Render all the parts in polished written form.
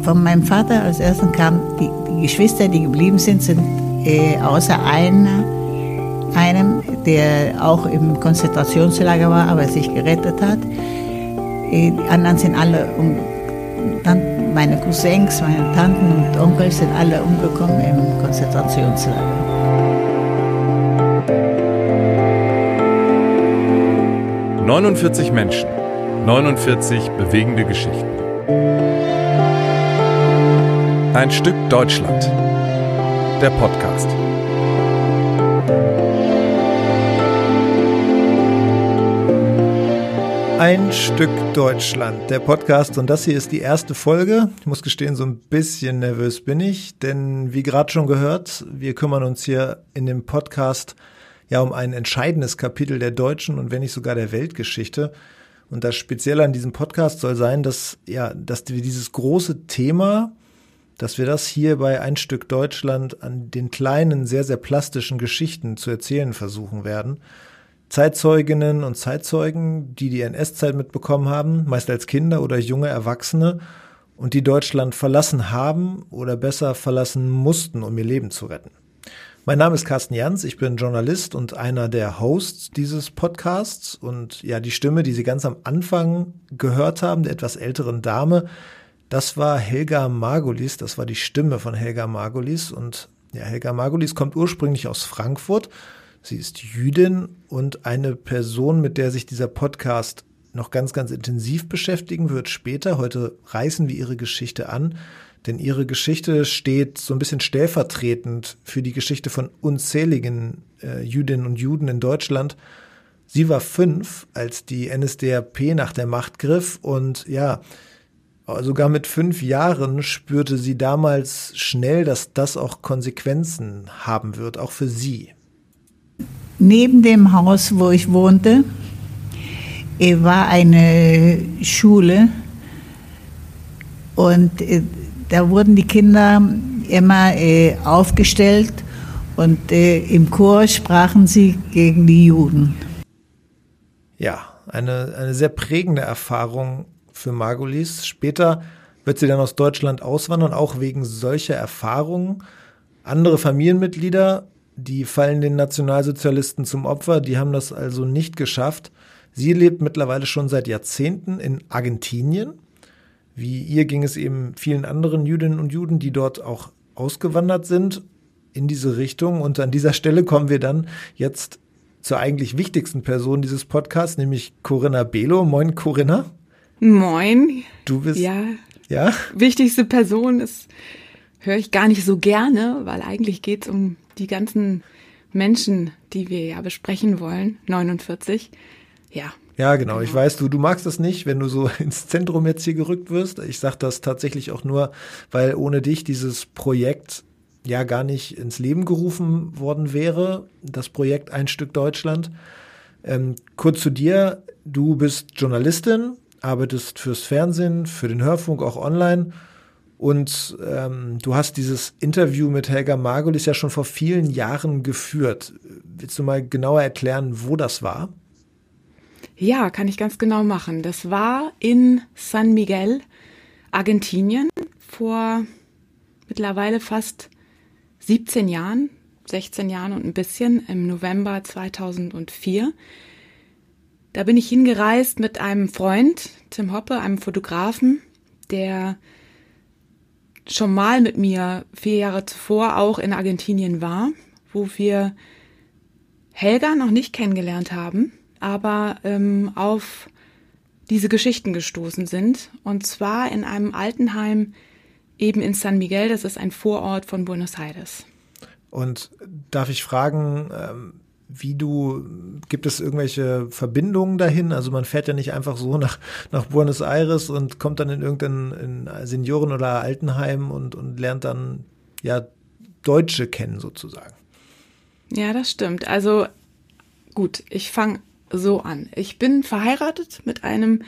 Von meinem Vater als erstes kamen die Geschwister, die geblieben sind außer einem, der auch im Konzentrationslager war, aber sich gerettet hat. Die anderen sind alle dann meine Cousins, meine Tanten und Onkel sind alle umgekommen im Konzentrationslager. »49 Menschen, 49 bewegende Geschichten. Ein Stück Deutschland. Der Podcast. Ein Stück Deutschland, der Podcast, und das hier ist die erste Folge. Ich muss gestehen, so ein bisschen nervös bin ich, denn wie gerade schon gehört, wir kümmern uns hier in dem Podcast ja um ein entscheidendes Kapitel der deutschen und wenn nicht sogar der Weltgeschichte. Und das Spezielle an diesem Podcast soll sein, dass wir dieses große Thema, dass wir das hier bei Ein Stück Deutschland an den kleinen, sehr, sehr plastischen Geschichten zu erzählen versuchen werden. Zeitzeuginnen und Zeitzeugen, die NS-Zeit mitbekommen haben, meist als Kinder oder junge Erwachsene und die Deutschland verlassen haben oder besser verlassen mussten, um ihr Leben zu retten. Mein Name ist Carsten Janz, ich bin Journalist und einer der Hosts dieses Podcasts und ja, die Stimme, die Sie ganz am Anfang gehört haben, der etwas älteren Dame, das war Helga Margulies, das war die Stimme von Helga Margulies und ja, Helga Margulies kommt ursprünglich aus Frankfurt. Sie ist Jüdin und eine Person, mit der sich dieser Podcast noch ganz, ganz intensiv beschäftigen wird später. Heute reißen wir ihre Geschichte an, denn ihre Geschichte steht so ein bisschen stellvertretend für die Geschichte von unzähligen Jüdinnen und Juden in Deutschland. Sie war 5, als die NSDAP nach der Macht griff und ja, sogar mit 5 Jahren spürte sie damals schnell, dass das auch Konsequenzen haben wird, auch für sie. Neben dem Haus, wo ich wohnte, war eine Schule und da wurden die Kinder immer aufgestellt und im Chor sprachen sie gegen die Juden. Ja, eine sehr prägende Erfahrung für Margulies. Später wird sie dann aus Deutschland auswandern, auch wegen solcher Erfahrungen. Andere Familienmitglieder, die fallen den Nationalsozialisten zum Opfer, die haben das also nicht geschafft. Sie lebt mittlerweile schon seit Jahrzehnten in Argentinien. Wie ihr ging es eben vielen anderen Jüdinnen und Juden, die dort auch ausgewandert sind in diese Richtung. Und an dieser Stelle kommen wir dann jetzt zur eigentlich wichtigsten Person dieses Podcasts, nämlich Corinna Below. Moin, Corinna. Moin. Du bist ja. Ja? Wichtigste Person ist, höre ich gar nicht so gerne, weil eigentlich geht es um die ganzen Menschen, die wir ja besprechen wollen, 49. Ja. Ja, genau. Ich weiß, du magst das nicht, wenn du so ins Zentrum jetzt hier gerückt wirst. Ich sage das tatsächlich auch nur, weil ohne dich dieses Projekt ja gar nicht ins Leben gerufen worden wäre, das Projekt Ein Stück Deutschland. Kurz zu dir, du bist Journalistin, arbeitest fürs Fernsehen, für den Hörfunk, auch online. Und du hast dieses Interview mit Helga Margulies ja schon vor vielen Jahren geführt. Willst du mal genauer erklären, wo das war? Ja, kann ich ganz genau machen. Das war in San Miguel, Argentinien, vor mittlerweile fast 17 Jahren, 16 Jahren und ein bisschen, im November 2004. Da bin ich hingereist mit einem Freund, Tim Hoppe, einem Fotografen, der schon mal mit mir 4 Jahre zuvor auch in Argentinien war, wo wir Helga noch nicht kennengelernt haben, aber auf diese Geschichten gestoßen sind. Und zwar in einem Altenheim eben in San Miguel, das ist ein Vorort von Buenos Aires. Und darf ich fragen, gibt es irgendwelche Verbindungen dahin? Also man fährt ja nicht einfach so nach Buenos Aires und kommt dann in irgendein Senioren- oder Altenheim und lernt dann ja Deutsche kennen sozusagen. Ja, das stimmt. Also gut, ich fange so an. Ich bin verheiratet mit einem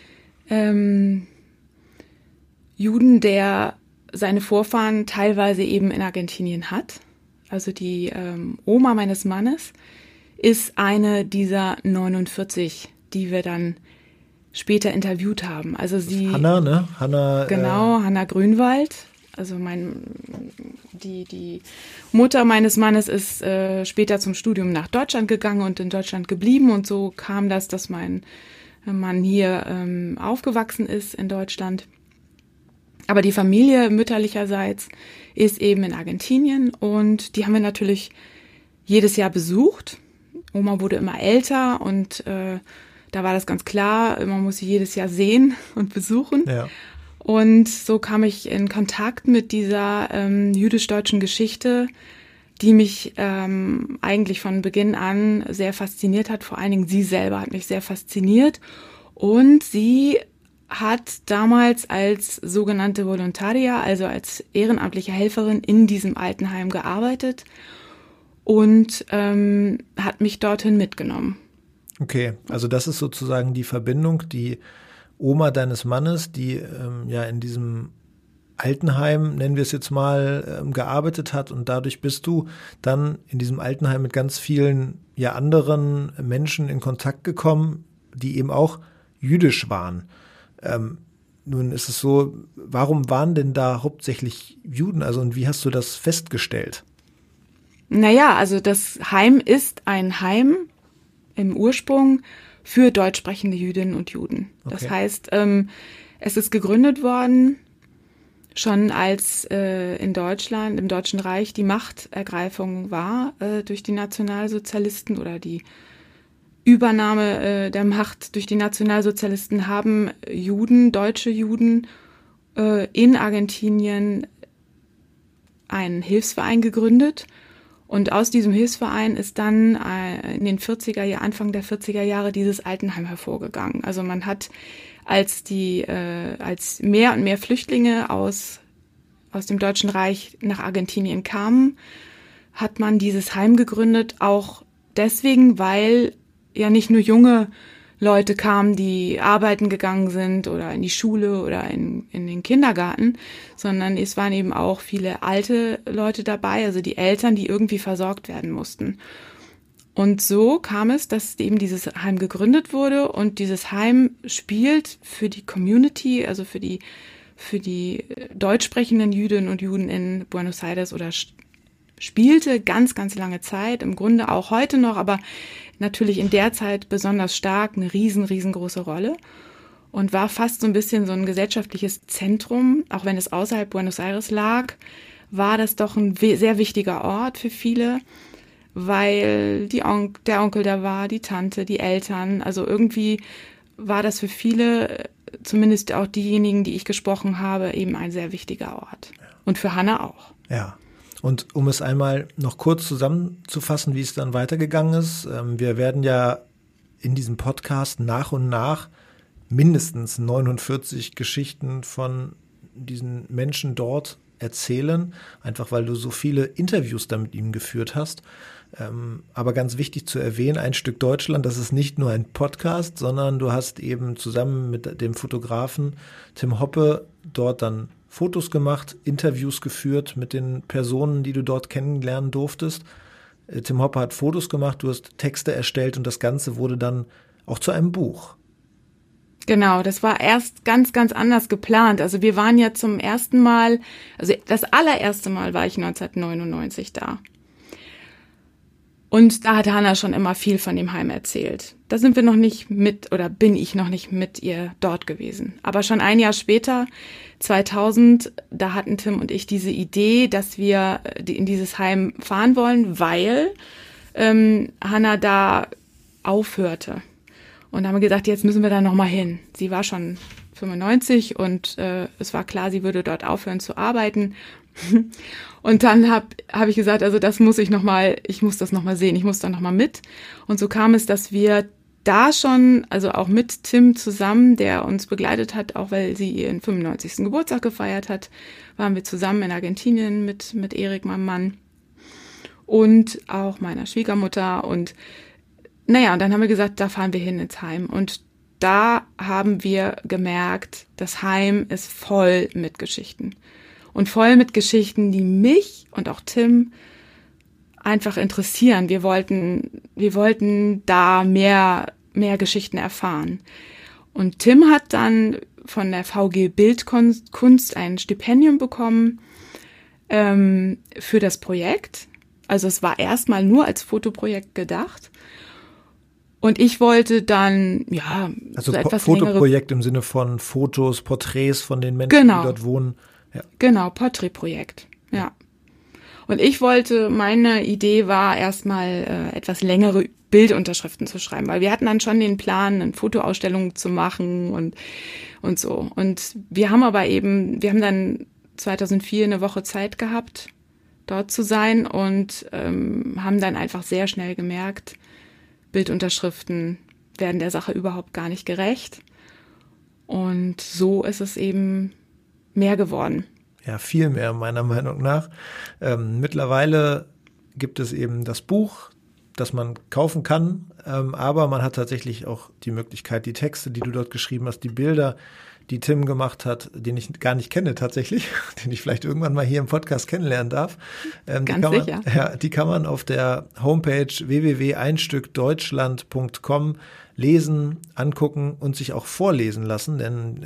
Juden, der seine Vorfahren teilweise eben in Argentinien hat. Also die Oma meines Mannes ist eine dieser 49, die wir dann später interviewt haben. Also sie. Hanna, ne? Hanna. Genau, Hanna Grünwald. Also die Mutter meines Mannes ist später zum Studium nach Deutschland gegangen und in Deutschland geblieben. Und so kam das, dass mein Mann hier aufgewachsen ist in Deutschland. Aber die Familie mütterlicherseits ist eben in Argentinien und die haben wir natürlich jedes Jahr besucht. Oma wurde immer älter und da war das ganz klar, man muss sie jedes Jahr sehen und besuchen. Ja. Und so kam ich in Kontakt mit dieser jüdisch-deutschen Geschichte, die mich eigentlich von Beginn an sehr fasziniert hat. Vor allen Dingen sie selber hat mich sehr fasziniert. Und sie hat damals als sogenannte Voluntaria, also als ehrenamtliche Helferin in diesem Altenheim gearbeitet und hat mich dorthin mitgenommen. Okay, also das ist sozusagen die Verbindung, die Oma deines Mannes, die ja in diesem Altenheim, nennen wir es jetzt mal, gearbeitet hat und dadurch bist du dann in diesem Altenheim mit ganz vielen ja anderen Menschen in Kontakt gekommen, die eben auch jüdisch waren. Nun ist es so, warum waren denn da hauptsächlich Juden? Also und wie hast du das festgestellt? Naja, also das Heim ist ein Heim im Ursprung für deutsch sprechende Jüdinnen und Juden. Okay. Das heißt, es ist gegründet worden, schon als in Deutschland, im Deutschen Reich, die Machtergreifung war durch die Nationalsozialisten oder die Übernahme der Macht durch die Nationalsozialisten haben Juden, deutsche Juden in Argentinien einen Hilfsverein gegründet. Und aus diesem Hilfsverein ist dann in den Anfang der 40er Jahre dieses Altenheim hervorgegangen. Also man hat, als mehr und mehr Flüchtlinge aus dem Deutschen Reich nach Argentinien kamen, hat man dieses Heim gegründet, auch deswegen, weil ja nicht nur junge Leute kamen, die arbeiten gegangen sind oder in die Schule oder in den Kindergarten, sondern es waren eben auch viele alte Leute dabei, also die Eltern, die irgendwie versorgt werden mussten. Und so kam es, dass eben dieses Heim gegründet wurde und dieses Heim spielt für die Community, also für die deutsch sprechenden Jüdinnen und Juden in Buenos Aires oder spielte ganz, ganz lange Zeit, im Grunde auch heute noch, aber natürlich in der Zeit besonders stark, eine riesengroße Rolle und war fast so ein bisschen so ein gesellschaftliches Zentrum, auch wenn es außerhalb Buenos Aires lag, war das doch ein sehr wichtiger Ort für viele, weil der Onkel da war, die Tante, die Eltern, also irgendwie war das für viele, zumindest auch diejenigen, die ich gesprochen habe, eben ein sehr wichtiger Ort. Und für Hanna auch. Ja. Und um es einmal noch kurz zusammenzufassen, wie es dann weitergegangen ist, wir werden ja in diesem Podcast nach und nach mindestens 49 Geschichten von diesen Menschen dort erzählen, einfach weil du so viele Interviews da mit ihm geführt hast. Aber ganz wichtig zu erwähnen, ein Stück Deutschland, das ist nicht nur ein Podcast, sondern du hast eben zusammen mit dem Fotografen Tim Hoppe dort dann Fotos gemacht, Interviews geführt mit den Personen, die du dort kennenlernen durftest. Tim Hoppe hat Fotos gemacht, du hast Texte erstellt und das Ganze wurde dann auch zu einem Buch. Genau, das war erst ganz, ganz anders geplant. Also wir waren ja zum ersten Mal, also das allererste Mal war ich 1999 da. Und da hat Hanna schon immer viel von dem Heim erzählt. Da sind wir noch nicht bin ich noch nicht mit ihr dort gewesen. Aber schon ein Jahr später, 2000, da hatten Tim und ich diese Idee, dass wir in dieses Heim fahren wollen, weil Hanna da aufhörte. Und da haben wir gesagt, jetzt müssen wir da nochmal hin. Sie war schon 95 und es war klar, sie würde dort aufhören zu arbeiten. Und dann hab ich gesagt, also das muss ich muss das nochmal sehen, ich muss da nochmal mit. Und so kam es, dass wir da schon, also auch mit Tim zusammen, der uns begleitet hat, auch weil sie ihren 95. Geburtstag gefeiert hat, waren wir zusammen in Argentinien mit Erik, meinem Mann und auch meiner Schwiegermutter. Und naja, und dann haben wir gesagt, da fahren wir hin ins Heim. Und da haben wir gemerkt, das Heim ist voll mit Geschichten. Und voll mit Geschichten, die mich und auch Tim einfach interessieren. Wir wollten da mehr Geschichten erfahren. Und Tim hat dann von der VG Bildkunst ein Stipendium bekommen für das Projekt. Also es war erstmal nur als Fotoprojekt gedacht. Und ich wollte dann, also so etwas Fotoprojekt im Sinne von Fotos, Porträts von den Menschen, die dort wohnen. Ja. Genau, Porträtprojekt, ja. Und meine Idee war erstmal etwas längere Bildunterschriften zu schreiben, weil wir hatten dann schon den Plan, eine Fotoausstellung zu machen und so. Und wir haben dann 2004 eine Woche Zeit gehabt, dort zu sein und haben dann einfach sehr schnell gemerkt, Bildunterschriften werden der Sache überhaupt gar nicht gerecht. Und so ist es eben mehr geworden. Ja, viel mehr meiner Meinung nach. Mittlerweile gibt es eben das Buch, das man kaufen kann, aber man hat tatsächlich auch die Möglichkeit, die Texte, die du dort geschrieben hast, die Bilder, die Tim gemacht hat, den ich gar nicht kenne tatsächlich, den ich vielleicht irgendwann mal hier im Podcast kennenlernen darf. Ganz sicher. Die kann man auf der Homepage www.einstückdeutschland.com lesen, angucken und sich auch vorlesen lassen, denn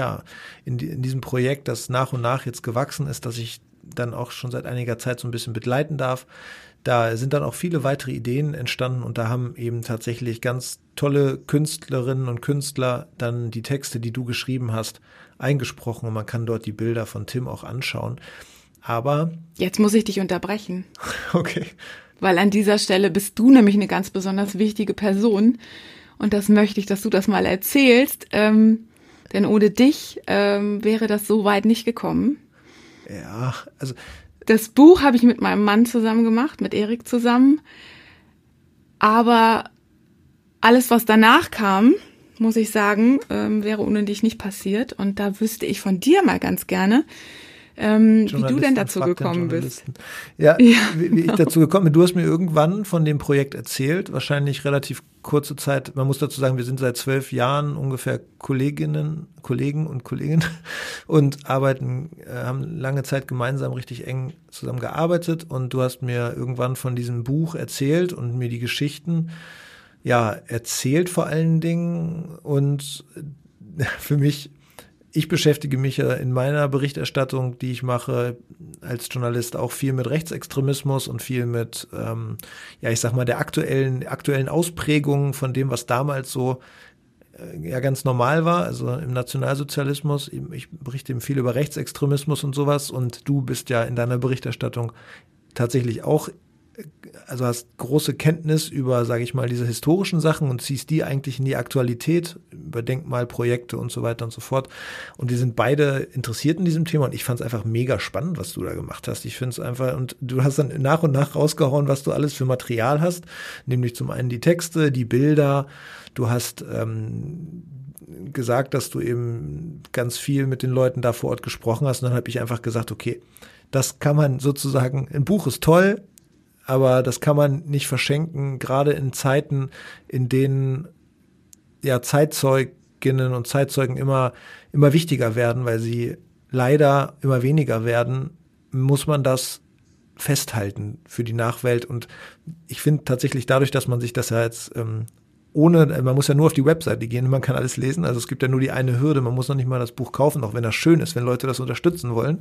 in diesem Projekt, das nach und nach jetzt gewachsen ist, das ich dann auch schon seit einiger Zeit so ein bisschen begleiten darf, da sind dann auch viele weitere Ideen entstanden und da haben eben tatsächlich ganz tolle Künstlerinnen und Künstler dann die Texte, die du geschrieben hast, eingesprochen und man kann dort die Bilder von Tim auch anschauen. Aber jetzt muss ich dich unterbrechen. Okay. Weil an dieser Stelle bist du nämlich eine ganz besonders wichtige Person und das möchte ich, dass du das mal erzählst, denn ohne dich wäre das so weit nicht gekommen. Ja, also das Buch habe ich mit meinem Mann zusammen gemacht, mit Erik zusammen. Aber alles, was danach kam, muss ich sagen, wäre ohne dich nicht passiert. Und da wüsste ich von dir mal ganz gerne, wie du denn dazu gekommen bist. Ja, wie ich dazu gekommen bin. Du hast mir irgendwann von dem Projekt erzählt, wahrscheinlich relativ kurze Zeit. Man muss dazu sagen, wir sind seit 12 Jahren ungefähr Kollegen und Kolleginnen und haben lange Zeit gemeinsam richtig eng zusammen gearbeitet. Und du hast mir irgendwann von diesem Buch erzählt und mir die Geschichten erzählt vor allen Dingen. Und für mich, ich beschäftige mich ja in meiner Berichterstattung, die ich mache als Journalist, auch viel mit Rechtsextremismus und viel mit, ich sag mal, der aktuellen Ausprägungen von dem, was damals so ganz normal war, also im Nationalsozialismus. Ich berichte eben viel über Rechtsextremismus und sowas und du bist ja in deiner Berichterstattung tatsächlich auch, also hast große Kenntnis über, sage ich mal, diese historischen Sachen und ziehst die eigentlich in die Aktualität, über Denkmalprojekte und so weiter und so fort. Und die sind beide interessiert in diesem Thema und ich fand es einfach mega spannend, was du da gemacht hast. Ich finde es einfach, und du hast dann nach und nach rausgehauen, was du alles für Material hast, nämlich zum einen die Texte, die Bilder, du hast gesagt, dass du eben ganz viel mit den Leuten da vor Ort gesprochen hast und dann habe ich einfach gesagt, okay, das kann man sozusagen, ein Buch ist toll, aber das kann man nicht verschenken, gerade in Zeiten, in denen Zeitzeuginnen und Zeitzeugen immer wichtiger werden, weil sie leider immer weniger werden, muss man das festhalten für die Nachwelt. Und ich finde tatsächlich dadurch, dass man sich das ja jetzt man muss ja nur auf die Webseite gehen, man kann alles lesen, also es gibt ja nur die eine Hürde, man muss noch nicht mal das Buch kaufen, auch wenn das schön ist, wenn Leute das unterstützen wollen.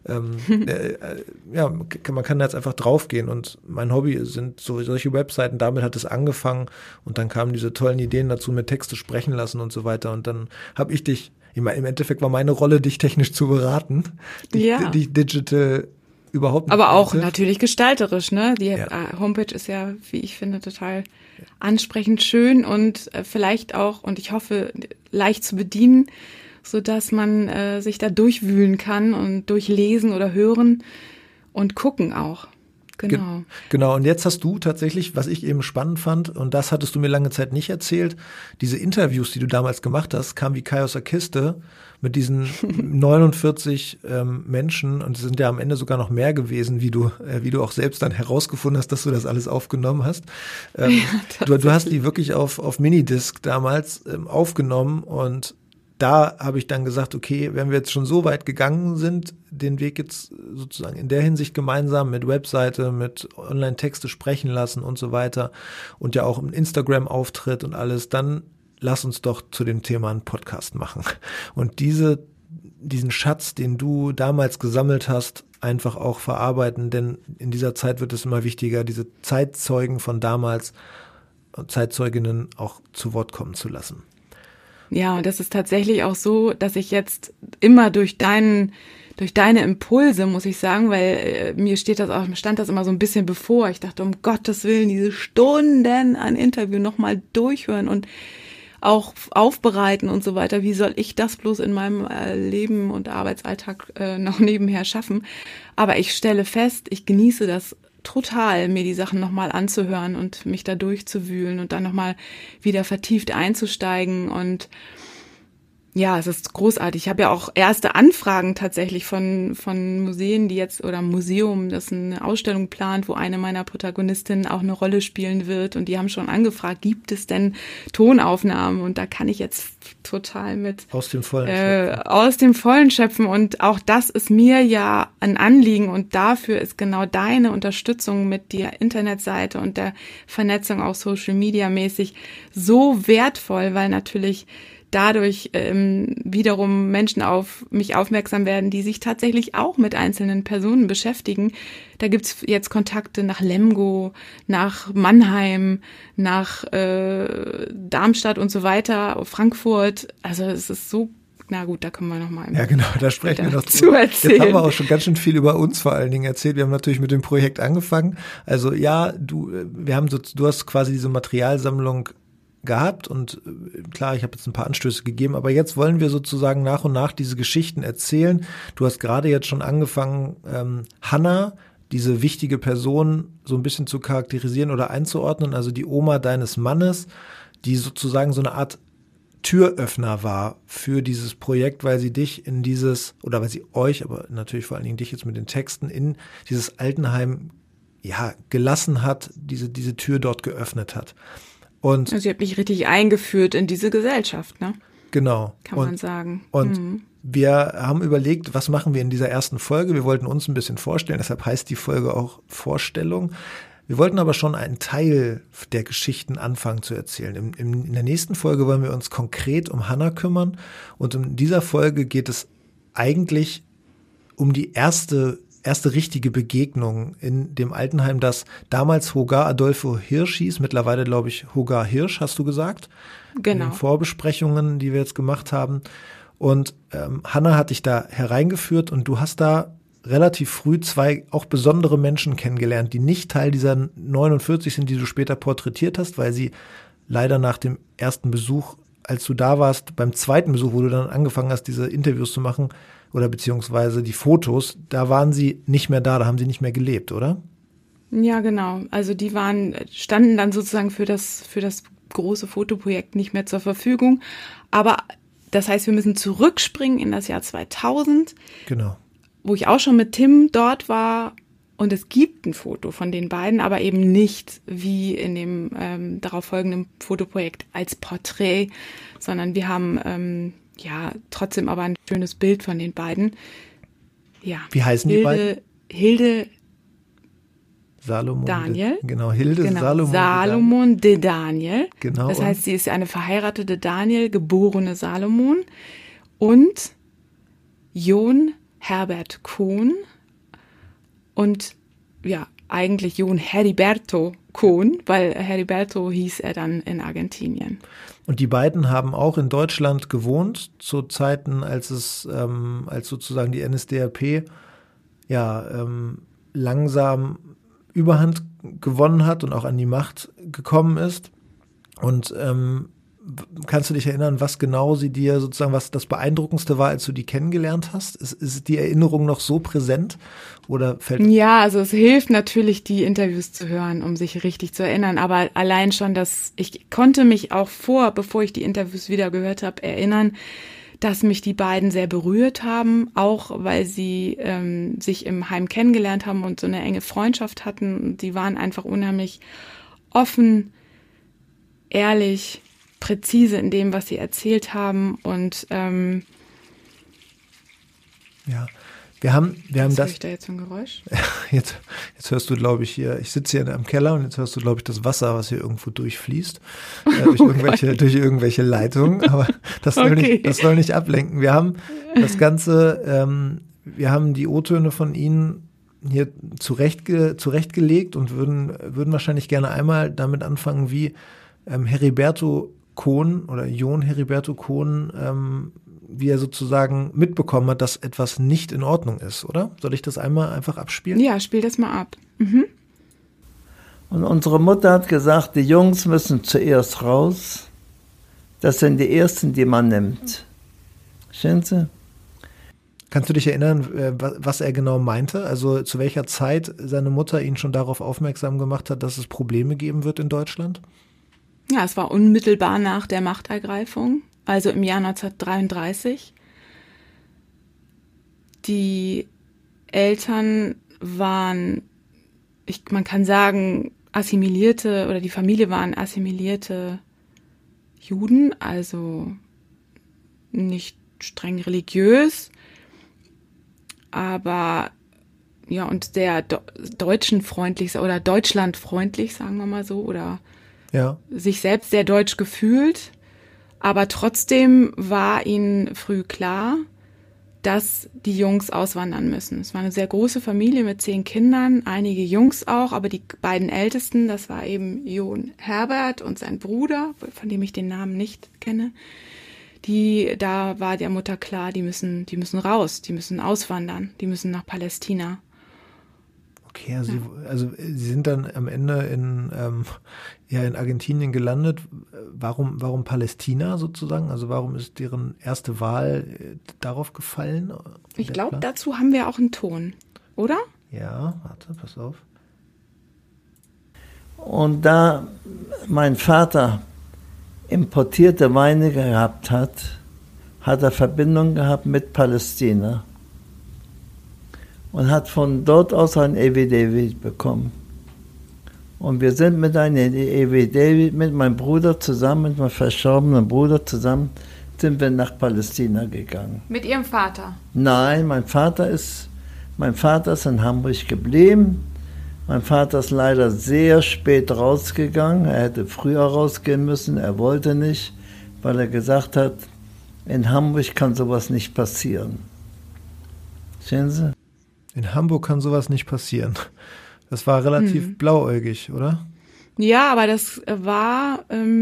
Man kann jetzt einfach draufgehen und mein Hobby sind solche Webseiten, damit hat es angefangen und dann kamen diese tollen Ideen dazu, mit Texte sprechen lassen und so weiter und dann habe ich dich, im Endeffekt war meine Rolle, dich technisch zu beraten, dich digital überhaupt nicht. Aber auch natürlich gestalterisch, ne? Die Homepage ist ja, wie ich finde, total ansprechend schön und vielleicht auch, und ich hoffe, leicht zu bedienen, sodass man sich da durchwühlen kann und durchlesen oder hören und gucken auch. Genau. Genau, und jetzt hast du tatsächlich, was ich eben spannend fand, und das hattest du mir lange Zeit nicht erzählt, diese Interviews, die du damals gemacht hast, kamen wie Kai aus der Kiste mit diesen 49 Menschen, und es sind ja am Ende sogar noch mehr gewesen, wie du auch selbst dann herausgefunden hast, dass du das alles aufgenommen hast. Du hast die wirklich auf Minidisc damals aufgenommen und da habe ich dann gesagt, okay, wenn wir jetzt schon so weit gegangen sind, den Weg jetzt sozusagen in der Hinsicht gemeinsam mit Webseite, mit Online-Texte sprechen lassen und so weiter und ja auch im Instagram-Auftritt und alles, dann lass uns doch zu dem Thema einen Podcast machen. Und diesen Schatz, den du damals gesammelt hast, einfach auch verarbeiten, denn in dieser Zeit wird es immer wichtiger, diese Zeitzeugen von damals und Zeitzeuginnen auch zu Wort kommen zu lassen. Ja, und das ist tatsächlich auch so, dass ich jetzt immer durch deine Impulse, muss ich sagen, weil mir stand das immer so ein bisschen bevor. Ich dachte, um Gottes Willen, diese Stunden an Interview nochmal durchhören und auch aufbereiten und so weiter. Wie soll ich das bloß in meinem Leben und Arbeitsalltag noch nebenher schaffen? Aber ich stelle fest, ich genieße das total, mir die Sachen nochmal anzuhören und mich da durchzuwühlen und dann nochmal wieder vertieft einzusteigen. Und ja, es ist großartig. Ich habe ja auch erste Anfragen tatsächlich von Museen, oder Museum, das eine Ausstellung plant, wo eine meiner Protagonistinnen auch eine Rolle spielen wird. Und die haben schon angefragt, gibt es denn Tonaufnahmen? Und da kann ich jetzt total mit aus dem Vollen schöpfen. Und auch das ist mir ja ein Anliegen. Und dafür ist genau deine Unterstützung mit der Internetseite und der Vernetzung auch Social Media mäßig so wertvoll, weil natürlich dadurch wiederum Menschen auf mich aufmerksam werden, die sich tatsächlich auch mit einzelnen Personen beschäftigen. Da gibt's jetzt Kontakte nach Lemgo, nach Mannheim, nach Darmstadt und so weiter, Frankfurt. Also es ist so, na gut, da können wir nochmal. Ja, genau, da sprechen wir noch zu erzählen. Jetzt haben wir auch schon ganz schön viel über uns vor allen Dingen erzählt. Wir haben natürlich mit dem Projekt angefangen. Also ja, du hast quasi diese Materialsammlung gehabt und klar, ich habe jetzt ein paar Anstöße gegeben, aber jetzt wollen wir sozusagen nach und nach diese Geschichten erzählen. Du hast gerade jetzt schon angefangen, Hannah, diese wichtige Person, so ein bisschen zu charakterisieren oder einzuordnen, also die Oma deines Mannes, die sozusagen so eine Art Türöffner war für dieses Projekt, weil sie dich weil sie euch, aber natürlich vor allen Dingen dich jetzt mit den Texten in dieses Altenheim gelassen hat, diese Tür dort geöffnet hat. Und also ihr habt mich richtig eingeführt in diese Gesellschaft, ne? Genau. Kann man sagen. Und wir haben überlegt, was machen wir in dieser ersten Folge? Wir wollten uns ein bisschen vorstellen, deshalb heißt die Folge auch Vorstellung. Wir wollten aber schon einen Teil der Geschichten anfangen zu erzählen. In der nächsten Folge wollen wir uns konkret um Hannah kümmern. Und in dieser Folge geht es eigentlich um die erste richtige Begegnung in dem Altenheim, das damals Hogar Adolfo Hirsch hieß, mittlerweile glaube ich Hogar Hirsch, hast du gesagt? Genau. In den Vorbesprechungen, die wir jetzt gemacht haben. Und Hannah hat dich da hereingeführt und du hast da relativ früh zwei auch besondere Menschen kennengelernt, die nicht Teil dieser 49 sind, die du später porträtiert hast, weil sie leider nach dem ersten Besuch, als du da warst, beim zweiten Besuch, wo du dann angefangen hast, diese Interviews zu machen, oder beziehungsweise die Fotos, da waren sie nicht mehr da haben sie nicht mehr gelebt, oder? Ja, genau. Also die standen dann sozusagen für das große Fotoprojekt nicht mehr zur Verfügung. Aber das heißt, wir müssen zurückspringen in das Jahr 2000. Genau. Wo ich auch schon mit Tim dort war. Und es gibt ein Foto von den beiden, aber eben nicht wie in dem darauf folgenden Fotoprojekt als Porträt, sondern wir haben trotzdem aber ein schönes Bild von den beiden. Ja. Wie heißen die beiden? Hilde Salomon. Daniel. Hilde Salomon de Daniel. Genau. Das heißt, sie ist eine verheiratete Daniel, geborene Salomon. Und Jon Herbert Kohn. Und ja, eigentlich Jon Heriberto Kohn, weil Heriberto hieß er dann in Argentinien. Und die beiden haben auch in Deutschland gewohnt, zu Zeiten, als sozusagen die NSDAP langsam Überhand gewonnen hat und auch an die Macht gekommen ist. Und kannst du dich erinnern, was genau sie dir sozusagen, was das Beeindruckendste war, als du die kennengelernt hast? Ist die Erinnerung noch so präsent oder fällt? Ja, also es hilft natürlich, die Interviews zu hören, um sich richtig zu erinnern. Aber allein schon, ich konnte mich auch bevor ich die Interviews wieder gehört habe, erinnern, dass mich die beiden sehr berührt haben, auch weil sie sich im Heim kennengelernt haben und so eine enge Freundschaft hatten. Die waren einfach unheimlich offen, ehrlich, präzise in dem, was sie erzählt haben. Und Wir haben das. Höre ich da jetzt ein Geräusch? Jetzt hörst du, glaube ich, hier, ich sitze hier am Keller und jetzt hörst du, glaube ich, das Wasser, was hier irgendwo durchfließt, durch irgendwelche Leitungen, aber das soll nicht ablenken. Wir haben das Ganze, wir haben die O-Töne von Ihnen hier zurechtgelegt und würden wahrscheinlich gerne einmal damit anfangen, wie Heriberto Kohn oder Jon Heriberto Kohn, wie er sozusagen mitbekommen hat, dass etwas nicht in Ordnung ist, oder? Soll ich das einmal einfach abspielen? Ja, spiel das mal ab. Mhm. Und unsere Mutter hat gesagt, die Jungs müssen zuerst raus. Das sind die Ersten, die man nimmt. Verstehen Sie? Kannst du dich erinnern, was er genau meinte? Also zu welcher Zeit seine Mutter ihn schon darauf aufmerksam gemacht hat, dass es Probleme geben wird in Deutschland? Ja, es war unmittelbar nach der Machtergreifung, also im Jahr 1933. Die Eltern waren, man kann sagen, assimilierte, oder die Familie waren assimilierte Juden, also nicht streng religiös, aber ja, und sehr deutschenfreundlich oder deutschlandfreundlich, sagen wir mal so, oder ja, sich selbst sehr deutsch gefühlt, aber trotzdem war ihnen früh klar, dass die Jungs auswandern müssen. Es war eine sehr große Familie mit 10 Kindern, einige Jungs auch, aber die beiden Ältesten, das war eben Jon Herbert und sein Bruder, von dem ich den Namen nicht kenne, da war der Mutter klar, die müssen raus, die müssen auswandern, die müssen nach Palästina. Okay, also Sie sind dann am Ende in Argentinien gelandet. Warum Palästina sozusagen? Also warum ist deren erste Wahl darauf gefallen? Ich glaube, dazu haben wir auch einen Ton, oder? Ja, warte, pass auf. Und da mein Vater importierte Weine gehabt hat er Verbindung gehabt mit Palästina. Und hat von dort aus ein Evi-David bekommen. Und wir sind mit einem Evi-David, mit meinem Bruder zusammen, mit meinem verstorbenen Bruder zusammen, sind wir nach Palästina gegangen. Mit Ihrem Vater? Nein, mein Vater ist in Hamburg geblieben. Mein Vater ist leider sehr spät rausgegangen. Er hätte früher rausgehen müssen, er wollte nicht, weil er gesagt hat, in Hamburg kann sowas nicht passieren. Sehen Sie? In Hamburg kann sowas nicht passieren. Das war relativ blauäugig, oder? Ja, aber das war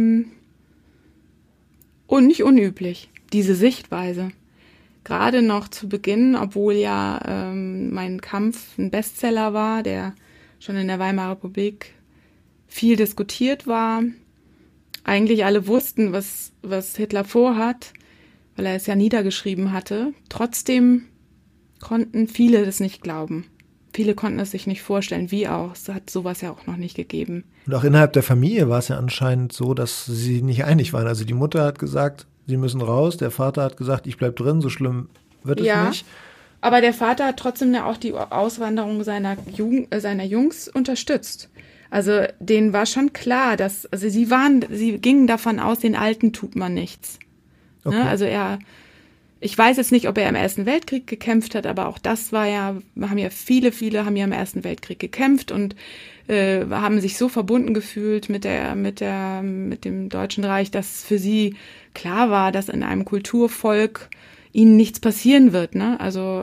nicht unüblich, diese Sichtweise. Gerade noch zu Beginn, obwohl ja Mein Kampf ein Bestseller war, der schon in der Weimarer Republik viel diskutiert war. Eigentlich alle wussten, was Hitler vorhat, weil er es ja niedergeschrieben hatte. Trotzdem konnten viele das nicht glauben. Viele konnten es sich nicht vorstellen, wie auch. Es hat sowas ja auch noch nicht gegeben. Und auch innerhalb der Familie war es ja anscheinend so, dass sie nicht einig waren. Also die Mutter hat gesagt, sie müssen raus. Der Vater hat gesagt, ich bleib drin, so schlimm wird es nicht. Aber der Vater hat trotzdem ja auch die Auswanderung seiner Jungs unterstützt. Also denen war schon klar, dass sie gingen davon aus, den Alten tut man nichts. Okay. Ne? Also ich weiß jetzt nicht, ob er im Ersten Weltkrieg gekämpft hat, aber auch das viele haben ja im Ersten Weltkrieg gekämpft und haben sich so verbunden gefühlt mit dem Deutschen Reich, dass für sie klar war, dass in einem Kulturvolk ihnen nichts passieren wird, ne? Also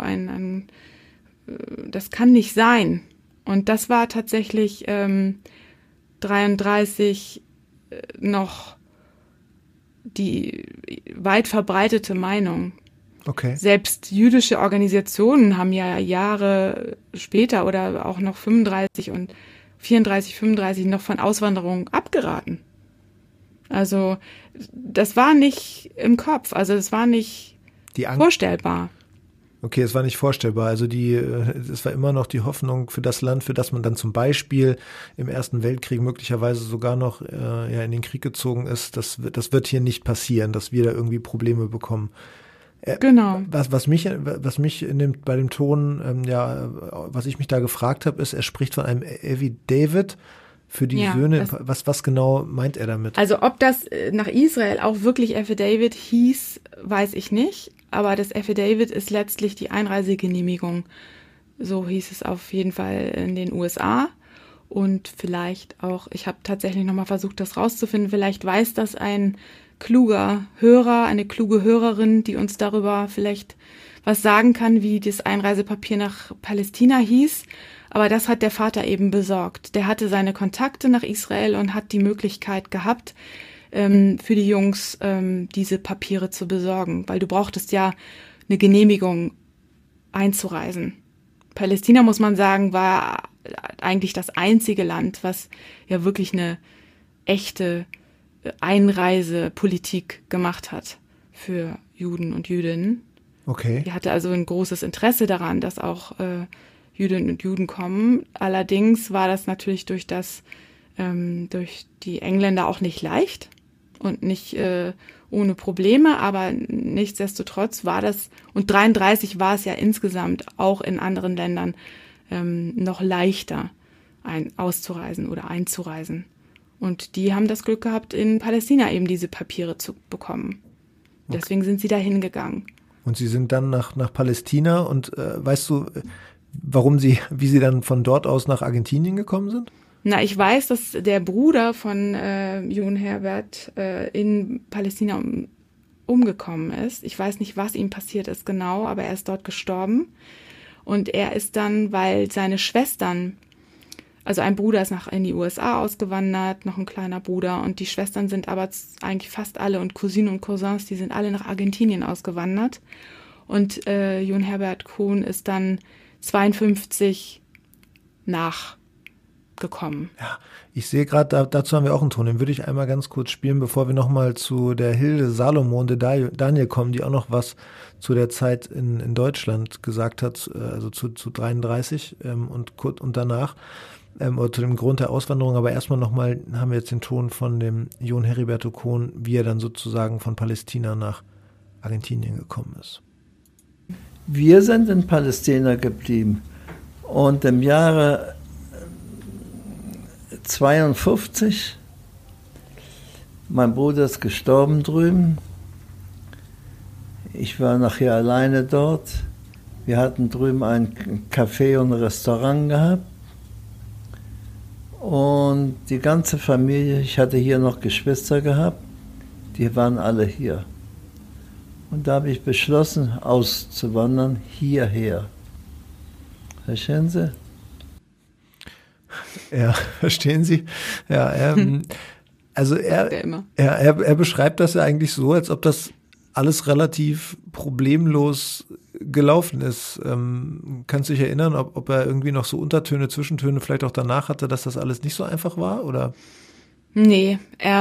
das kann nicht sein. Und das war tatsächlich 1933 noch die weit verbreitete Meinung. Okay. Selbst jüdische Organisationen haben ja Jahre später oder auch noch 35 und 34, 35 noch von Auswanderung abgeraten. Also das war nicht im Kopf, also es war nicht vorstellbar. Okay, es war nicht vorstellbar. Also es war immer noch die Hoffnung für das Land, für das man dann zum Beispiel im Ersten Weltkrieg möglicherweise sogar noch in den Krieg gezogen ist. Das wird hier nicht passieren, dass wir da irgendwie Probleme bekommen. Genau. Was mich bei dem Ton, was ich mich da gefragt habe, ist, er spricht von einem Evi-David für die Söhne. Was genau meint er damit? Also ob das nach Israel auch wirklich Evi-David hieß, weiß ich nicht. aber das Affidavit ist letztlich die Einreisegenehmigung. So hieß es auf jeden Fall in den USA. Und vielleicht auch, ich habe tatsächlich nochmal versucht, das rauszufinden, vielleicht weiß das ein kluger Hörer, eine kluge Hörerin, die uns darüber vielleicht was sagen kann, wie das Einreisepapier nach Palästina hieß. Aber das hat der Vater eben besorgt. Der hatte seine Kontakte nach Israel und hat die Möglichkeit gehabt, für die Jungs diese Papiere zu besorgen. Weil du brauchtest ja eine Genehmigung einzureisen. Palästina, muss man sagen, war eigentlich das einzige Land, was ja wirklich eine echte Einreisepolitik gemacht hat für Juden und Jüdinnen. Okay. Die hatte also ein großes Interesse daran, dass auch Jüdinnen und Juden kommen. Allerdings war das natürlich durch die Engländer auch nicht leicht und nicht ohne Probleme, aber nichtsdestotrotz war das, und 1933 war es ja insgesamt auch in anderen Ländern noch leichter auszureisen oder einzureisen. Und die haben das Glück gehabt, in Palästina eben diese Papiere zu bekommen. Deswegen sind sie da hingegangen. Und Sie sind dann nach Palästina und weißt du, wie Sie dann von dort aus nach Argentinien gekommen sind? Na, ich weiß, dass der Bruder von Jon Herbert in Palästina umgekommen ist. Ich weiß nicht, was ihm passiert ist genau, aber er ist dort gestorben. Und er ist dann, weil seine Schwestern, also ein Bruder ist in die USA ausgewandert, noch ein kleiner Bruder, und die Schwestern sind aber eigentlich fast alle, und Cousinen und Cousins, die sind alle nach Argentinien ausgewandert. Und Jon Herbert Kohn ist dann 52 nachgekommen. Ja, ich sehe gerade, dazu haben wir auch einen Ton, den würde ich einmal ganz kurz spielen, bevor wir nochmal zu der Hilde Salomon de Daniel kommen, die auch noch was zu der Zeit in Deutschland gesagt hat, also zu 33 und danach, oder zu dem Grund der Auswanderung. Aber erstmal nochmal haben wir jetzt den Ton von dem Jon Heriberto Kohn, wie er dann sozusagen von Palästina nach Argentinien gekommen ist. Wir sind in Palästina geblieben und im Jahre 52, mein Bruder ist gestorben drüben, ich war nachher alleine dort, wir hatten drüben ein Café und ein Restaurant gehabt und die ganze Familie, ich hatte hier noch Geschwister gehabt, die waren alle hier. Und da habe ich beschlossen, auszuwandern hierher. Verstehen Sie? Ja, verstehen Sie? Ja, also er beschreibt das ja eigentlich so, als ob das alles relativ problemlos gelaufen ist. Kannst du dich erinnern, ob er irgendwie noch so Untertöne, Zwischentöne vielleicht auch danach hatte, dass das alles nicht so einfach war, oder? Nee,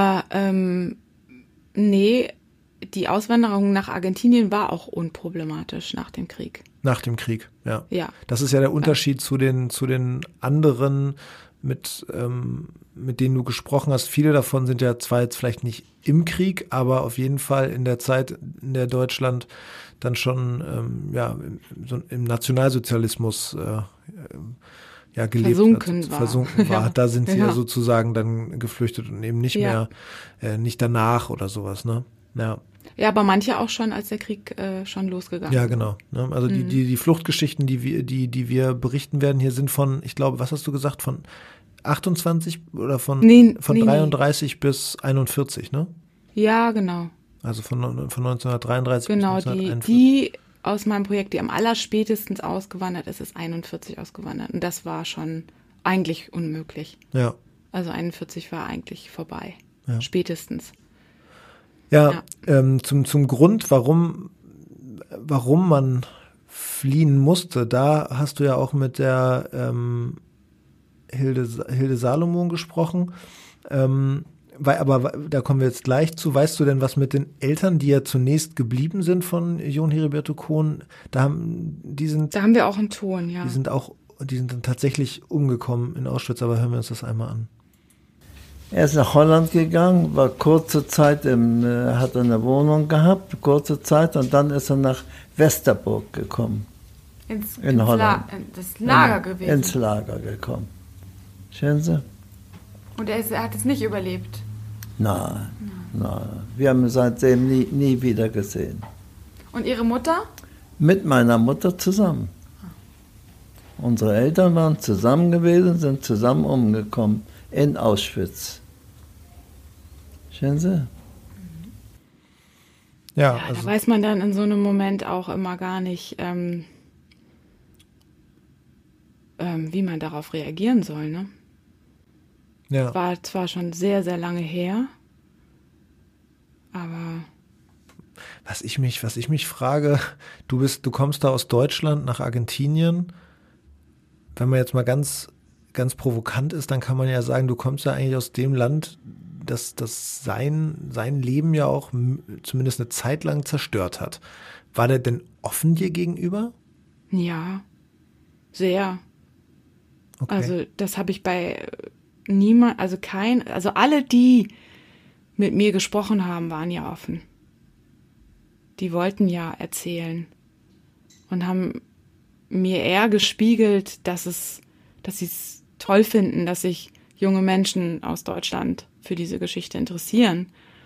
die Auswanderung nach Argentinien war auch unproblematisch nach dem Krieg. Nach dem Krieg, ja. Ja. Das ist ja der Unterschied zu den anderen, mit denen du gesprochen hast. Viele davon sind ja zwar jetzt vielleicht nicht im Krieg, aber auf jeden Fall in der Zeit, in der Deutschland dann schon so im Nationalsozialismus gelebt versunken war. Ja. Da sind sie ja sozusagen dann geflüchtet und eben nicht mehr, nicht danach oder sowas, ne? Ja. Ja, aber manche auch schon, als der Krieg schon losgegangen ist. Ja, genau. Ne? Also die Fluchtgeschichten, die wir berichten werden, hier sind von, ich glaube, was hast du gesagt, von 28 oder von 33 bis 41, ne? Ja, genau. Also von 1933 genau, bis 1941. Die aus meinem Projekt, die am allerspätestens ausgewandert ist 41 ausgewandert. Und das war schon eigentlich unmöglich. Ja. Also 41 war eigentlich vorbei. Ja. Spätestens. Ja. Zum Grund, warum man fliehen musste, da hast du ja auch mit der Hilde Salomon gesprochen. Aber da kommen wir jetzt gleich zu. Weißt du denn, was mit den Eltern, die ja zunächst geblieben sind von Jon Heriberto Kohn, da haben wir auch einen Ton, ja. Die sind dann tatsächlich umgekommen in Auschwitz, aber hören wir uns das einmal an. Er ist nach Holland gegangen, war kurze Zeit hat eine Wohnung gehabt, kurze Zeit, und dann ist er nach Westerburg gekommen. In Holland. Das Lager gewesen. Ins Lager gekommen. Sehen Sie? Und er hat es nicht überlebt? Nein. Wir haben ihn seitdem nie wieder gesehen. Und Ihre Mutter? Mit meiner Mutter zusammen. Unsere Eltern waren zusammen gewesen, sind zusammen umgekommen in Auschwitz. Sehen Sie? Ja, Ja, also, da weiß man dann in so einem Moment auch immer gar nicht, wie man darauf reagieren soll. Ne? ja. War zwar schon sehr, sehr lange her, aber Was ich mich frage, du kommst da aus Deutschland nach Argentinien. Wenn man jetzt mal ganz, ganz provokant ist, dann kann man ja sagen, du kommst ja eigentlich aus dem Land, das sein Leben ja auch zumindest eine Zeit lang zerstört hat. War der denn offen dir gegenüber? ja, sehr. Okay. Also das habe ich bei niemand, also alle, die mit mir gesprochen haben, waren ja offen. Die wollten ja erzählen und haben mir eher gespiegelt, dass sie es toll finden, dass sich junge Menschen aus Deutschland für diese Geschichte interessieren.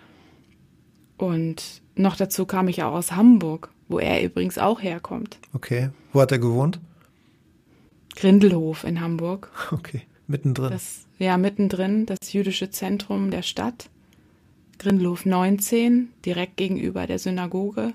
Und noch dazu kam ich auch aus Hamburg, wo er übrigens auch herkommt. Okay. Wo hat er gewohnt? Grindelhof in Hamburg. Okay. Mittendrin. Mittendrin, das jüdische Zentrum der Stadt. Grindelhof 19, direkt gegenüber der Synagoge.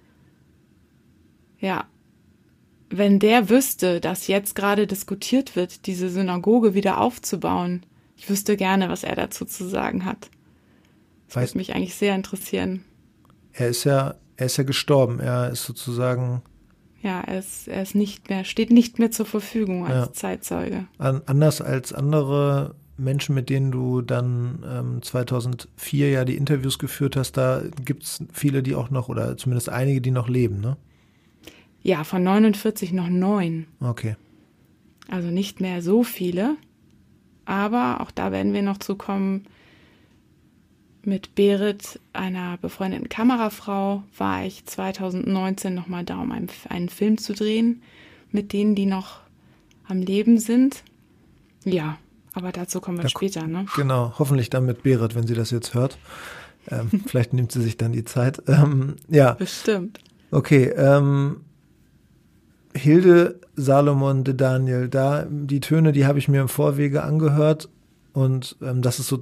Ja, wenn der wüsste, dass jetzt gerade diskutiert wird, diese Synagoge wieder aufzubauen, ich wüsste gerne, was er dazu zu sagen hat. Das würde mich eigentlich sehr interessieren. Er ist ja gestorben. Er ist sozusagen Ja, er steht nicht mehr zur Verfügung als Zeitzeuge. anders als andere Menschen, mit denen du dann 2004 ja die Interviews geführt hast, da gibt es viele, die auch noch, oder zumindest einige, die noch leben, ne? Ja, von 49 noch 9. Okay. Also nicht mehr so viele. Aber auch da werden wir noch zukommen. Mit Berit, einer befreundeten Kamerafrau, war ich 2019 nochmal da, um einen Film zu drehen, mit denen, die noch am Leben sind. Ja, aber dazu kommen wir später, ne? Genau, hoffentlich dann mit Berit, wenn sie das jetzt hört. Vielleicht nimmt sie sich dann die Zeit. Ja. Bestimmt. Okay, Hilde Salomon de Daniel, die Töne, die habe ich mir im Vorwege angehört. Und das ist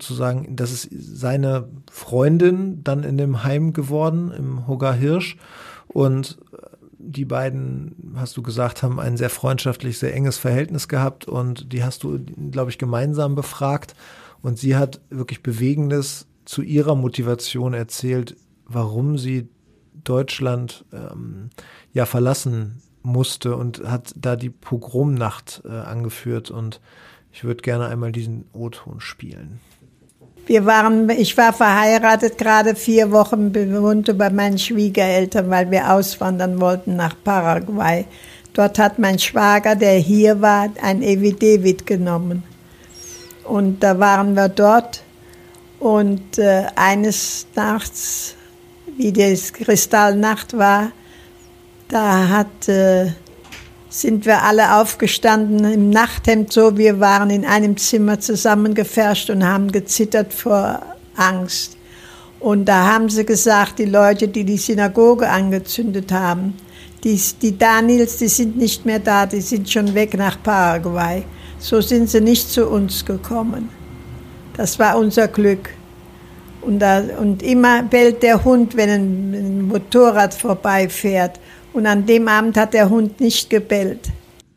seine Freundin dann in dem Heim geworden, im Hogar Hirsch. Und die beiden, hast du gesagt, haben ein sehr freundschaftlich, sehr enges Verhältnis gehabt. Und die hast du, glaube ich, gemeinsam befragt. Und sie hat wirklich Bewegendes zu ihrer Motivation erzählt, warum sie Deutschland verlassen musste, und hat da die Pogromnacht angeführt. Und ich würde gerne einmal diesen O-Ton spielen. Ich war verheiratet, gerade 4 Wochen wohnte bei meinen Schwiegereltern, weil wir auswandern wollten nach Paraguay. Dort hat mein Schwager, der hier war, ein Evidevit genommen. Und da waren wir dort. Und eines Nachts, wie die Kristallnacht war, da sind wir alle aufgestanden im Nachthemd, so wir waren in einem Zimmer zusammengepfercht und haben gezittert vor Angst. Und da haben sie gesagt, die Leute, die die Synagoge angezündet haben, die Daniels, die sind nicht mehr da, die sind schon weg nach Paraguay. So sind sie nicht zu uns gekommen. Das war unser Glück. Und immer bellt der Hund, wenn ein Motorrad vorbeifährt. Und an dem Abend hat der Hund nicht gebellt.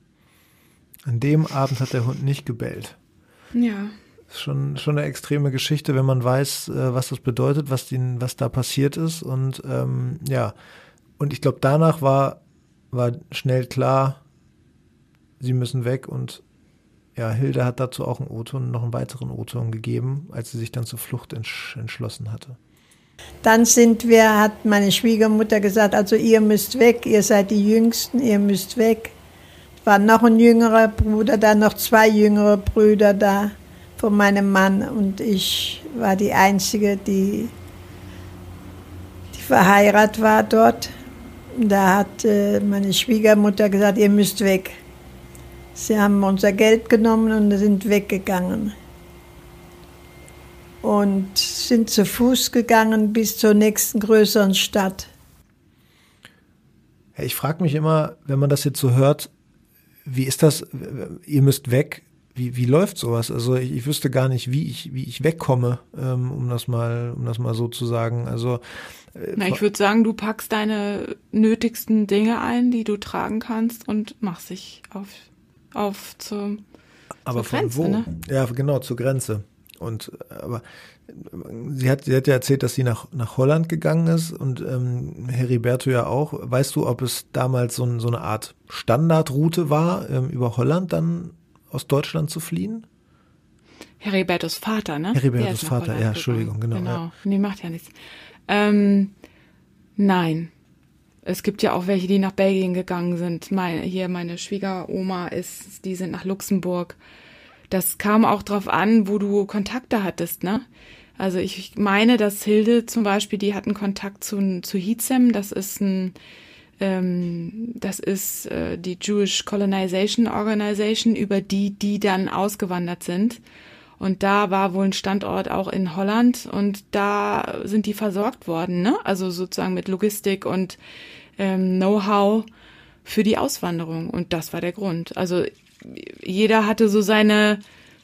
An dem Abend hat der Hund nicht gebellt. Ja. Das ist schon eine extreme Geschichte, wenn man weiß, was das bedeutet, was da passiert ist. Und und ich glaube, danach war schnell klar, sie müssen weg. Und ja, Hilde hat dazu auch noch einen weiteren O-Ton gegeben, als sie sich dann zur Flucht entschlossen hatte. Dann hat meine Schwiegermutter gesagt, also ihr müsst weg, ihr seid die Jüngsten, ihr müsst weg. War noch ein jüngerer Bruder da, noch 2 jüngere Brüder da von meinem Mann. Und ich war die Einzige, die verheiratet war dort. Da hat meine Schwiegermutter gesagt, ihr müsst weg. Sie haben unser Geld genommen und sind weggegangen. Und sind zu Fuß gegangen bis zur nächsten größeren Stadt. Ja, ich frage mich immer, wenn man das jetzt so hört, wie ist das, ihr müsst weg, wie läuft sowas? Also ich wüsste gar nicht, wie ich wegkomme, um das mal so zu sagen. Also ich würde sagen, du packst deine nötigsten Dinge ein, die du tragen kannst und machst dich auf zur Grenze. Von wo? Ne? Ja, genau, zur Grenze. Aber sie hat ja erzählt, dass sie nach Holland gegangen ist und Heriberto ja auch. Weißt du, ob es damals so eine Art Standardroute war, über Holland dann aus Deutschland zu fliehen? Heribertos Vater, ne? Heribertos Vater, ja, Entschuldigung, genau. Ja. Nee, macht ja nichts. Nein. Es gibt ja auch welche, die nach Belgien gegangen sind. Meine Schwiegeroma die sind nach Luxemburg. Das kam auch drauf an, wo du Kontakte hattest, ne? Also ich meine, dass Hilde zum Beispiel, die hatten Kontakt zu Hizem, das ist die Jewish Colonization Organization, über die dann ausgewandert sind. Und da war wohl ein Standort auch in Holland und da sind die versorgt worden, ne? Also sozusagen mit Logistik und Know-how für die Auswanderung. Und das war der Grund. Also jeder hatte so seine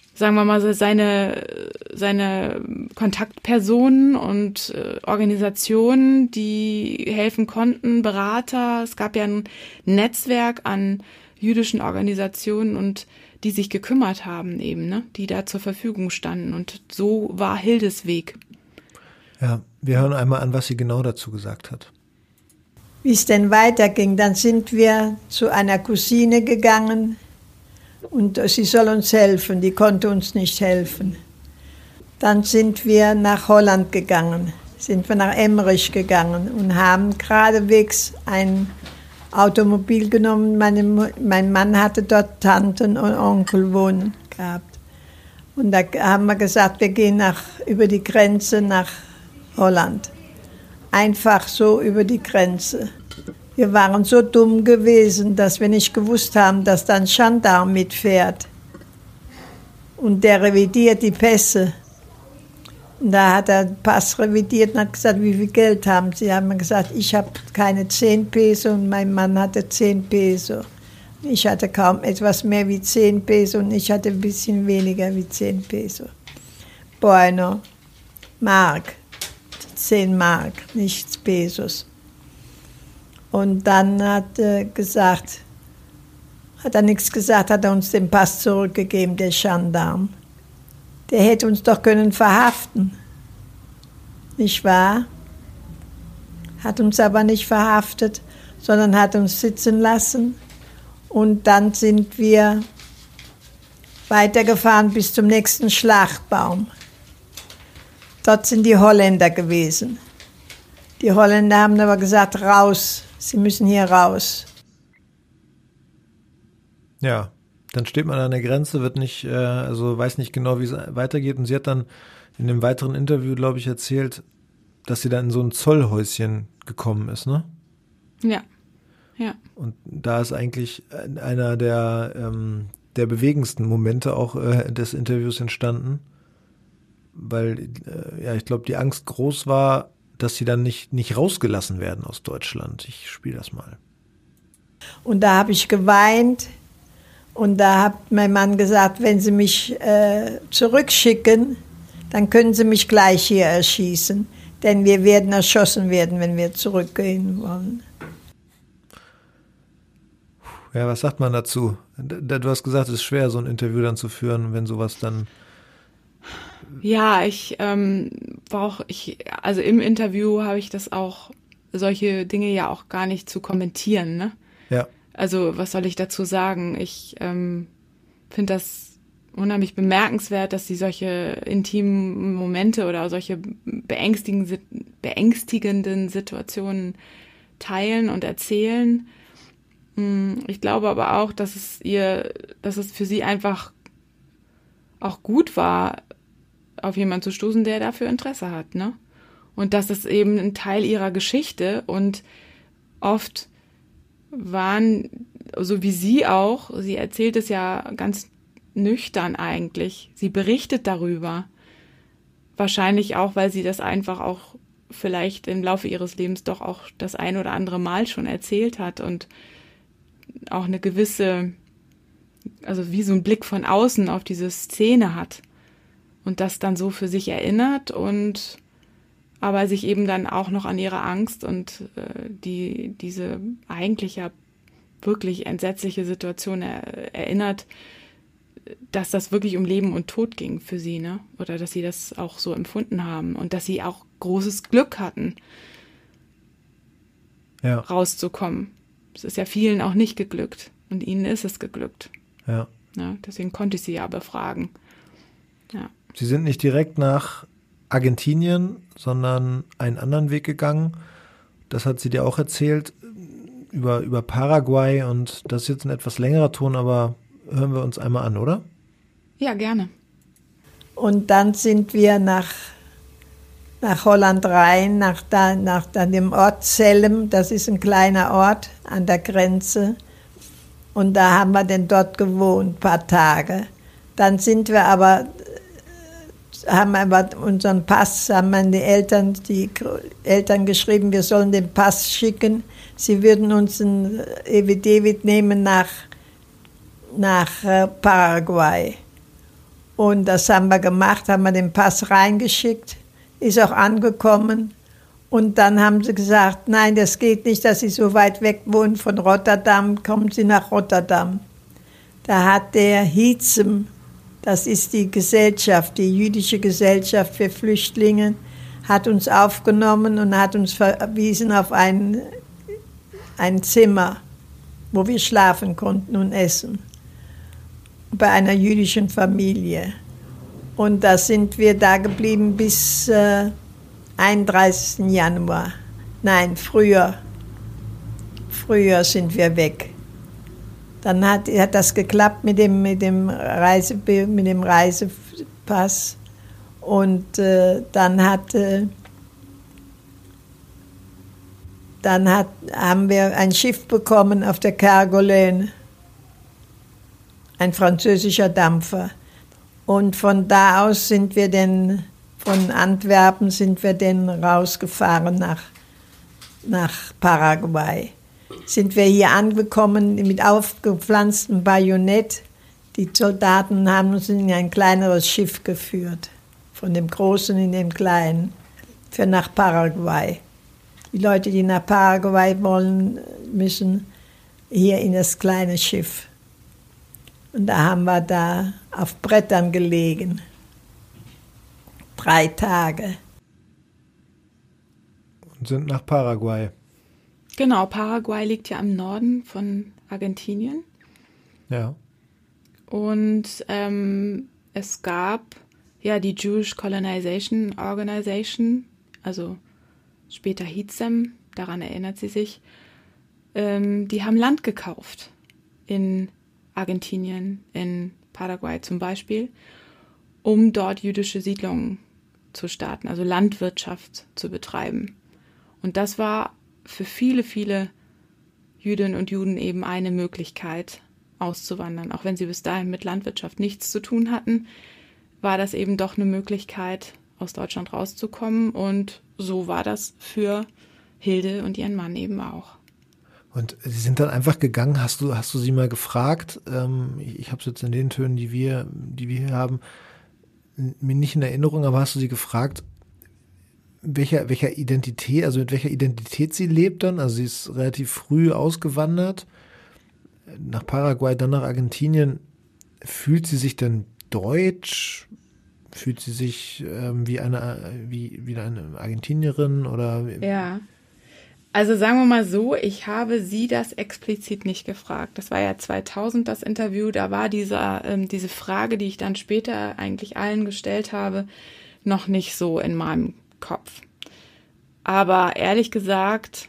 Kontaktpersonen und Organisationen, die helfen konnten, Berater. Es gab ja ein Netzwerk an jüdischen Organisationen und die sich gekümmert haben eben, ne, die da zur Verfügung standen. Und so war Hildes Weg. Ja, wir hören einmal an, was sie genau dazu gesagt hat. Wie es denn weiterging, dann sind wir zu einer Cousine gegangen und sie soll uns helfen, die konnte uns nicht helfen. Dann sind wir nach Holland gegangen, sind wir nach Emmerich gegangen und haben geradewegs ein Automobil genommen. Mein Mann hatte dort Tanten und Onkel wohnen gehabt. Und da haben wir gesagt, wir gehen über die Grenze nach Holland. Einfach so über die Grenze. Wir waren so dumm gewesen, dass wir nicht gewusst haben, dass da ein Gendarm mitfährt. Und der revidiert die Pässe. Und da hat er den Pass revidiert und hat gesagt, wie viel Geld haben Sie? Haben gesagt, ich habe keine 10 Peso und mein Mann hatte 10 Peso. Ich hatte kaum etwas mehr wie 10 Peso und ich hatte ein bisschen weniger wie 10 Peso. Bueno, Mark. 10 Mark, nichts Pesos. Und dann hat er nichts gesagt, hat er uns den Pass zurückgegeben, der Gendarm. Der hätte uns doch können verhaften, nicht wahr? Hat uns aber nicht verhaftet, sondern hat uns sitzen lassen. Und dann sind wir weitergefahren bis zum nächsten Schlagbaum. Dort sind die Holländer gewesen. Die Holländer haben aber gesagt, raus, Sie müssen hier raus. Ja, dann steht man an der Grenze, weiß nicht genau, wie es weitergeht. Und sie hat dann in dem weiteren Interview, glaube ich, erzählt, dass sie dann in so ein Zollhäuschen gekommen ist, ne? Ja. Und da ist eigentlich einer der bewegendsten Momente auch des Interviews entstanden. Weil, ich glaube, die Angst groß war, dass sie dann nicht rausgelassen werden aus Deutschland. Ich spiele das mal. Und da habe ich geweint und da hat mein Mann gesagt, wenn Sie mich zurückschicken, dann können Sie mich gleich hier erschießen, denn wir werden erschossen werden, wenn wir zurückgehen wollen. Ja, was sagt man dazu? Du hast gesagt, es ist schwer, so ein Interview dann zu führen, wenn sowas dann... Ja, also im Interview habe ich das auch, solche Dinge ja auch gar nicht zu kommentieren, ne? Ja. Also was soll ich dazu sagen? Ich finde das unheimlich bemerkenswert, dass sie solche intimen Momente oder solche beängstigenden Situationen teilen und erzählen. Ich glaube aber auch, dass es für sie einfach auch gut war, auf jemanden zu stoßen, der dafür Interesse hat, ne? Und das ist eben ein Teil ihrer Geschichte und oft waren, so wie sie auch, sie erzählt es ja ganz nüchtern eigentlich, sie berichtet darüber, wahrscheinlich auch, weil sie das einfach auch vielleicht im Laufe ihres Lebens doch auch das ein oder andere Mal schon erzählt hat und auch eine gewisse, also wie so ein Blick von außen auf diese Szene hat und das dann so für sich erinnert und aber sich eben dann auch noch an ihre Angst und diese eigentlich ja wirklich entsetzliche Situation erinnert, dass das wirklich um Leben und Tod ging für sie, ne? Oder dass sie das auch so empfunden haben und dass sie auch großes Glück hatten, rauszukommen. Es ist ja vielen auch nicht geglückt und ihnen ist es geglückt. Ja. Ja, deswegen konnte ich sie ja befragen. Ja. Sie sind nicht direkt nach Argentinien, sondern einen anderen Weg gegangen. Das hat sie dir auch erzählt, über Paraguay, und das ist jetzt ein etwas längerer Ton, aber hören wir uns einmal an, oder? Ja, gerne. Und dann sind wir nach Holland rein, nach dem Ort Zelhem, das ist ein kleiner Ort an der Grenze. Und da haben wir dann dort gewohnt, ein paar Tage. Dann sind wir aber unseren Pass, haben die Eltern geschrieben, wir sollen den Pass schicken. Sie würden uns ein Evidevit nehmen nach Paraguay. Und das haben wir gemacht, haben wir den Pass reingeschickt, ist auch angekommen. Und dann haben sie gesagt, nein, das geht nicht, dass Sie so weit weg wohnen von Rotterdam, kommen Sie nach Rotterdam. Da hat der Hietzem, das ist die Gesellschaft, die jüdische Gesellschaft für Flüchtlinge, hat uns aufgenommen und hat uns verwiesen auf ein Zimmer, wo wir schlafen konnten und essen, bei einer jüdischen Familie. Und da sind wir da geblieben bis 31. Januar. Nein, früher sind wir weg. Dann hat das geklappt mit dem Reisepass. Und dann haben wir ein Schiff bekommen auf der Kerguelen, ein französischer Dampfer. Und von da aus sind wir dann, von Antwerpen sind wir dann rausgefahren nach Paraguay. Sind wir hier angekommen mit aufgepflanztem Bajonett. Die Soldaten haben uns in ein kleineres Schiff geführt, von dem Großen in dem Kleinen, für nach Paraguay. Die Leute, die nach Paraguay wollen, müssen hier in das kleine Schiff. Und da haben wir da auf Brettern gelegen. 3 Tage. Und sind nach Paraguay. Genau, Paraguay liegt ja im Norden von Argentinien. Ja. Und es gab ja die Jewish Colonization Organization, also später Hietzem, daran erinnert sie sich, die haben Land gekauft in Argentinien, in Paraguay zum Beispiel, um dort jüdische Siedlungen zu starten, also Landwirtschaft zu betreiben. Und das war für viele, viele Jüdinnen und Juden eben eine Möglichkeit, auszuwandern. Auch wenn sie bis dahin mit Landwirtschaft nichts zu tun hatten, war das eben doch eine Möglichkeit, aus Deutschland rauszukommen. Und so war das für Hilde und ihren Mann eben auch. Und sie sind dann einfach gegangen. Hast du sie mal gefragt? Ich habe es jetzt in den Tönen, die wir hier haben, mir nicht in Erinnerung, aber hast du sie gefragt, welcher Identität, also mit welcher Identität sie lebt dann? Also sie ist relativ früh ausgewandert, nach Paraguay, dann nach Argentinien. Fühlt sie sich denn deutsch? Fühlt sie sich wie eine Argentinierin oder? Ja, also sagen wir mal so, ich habe sie das explizit nicht gefragt. Das war ja 2000 das Interview, da war diese Frage, die ich dann später eigentlich allen gestellt habe, noch nicht so in meinem Kopf. Aber ehrlich gesagt,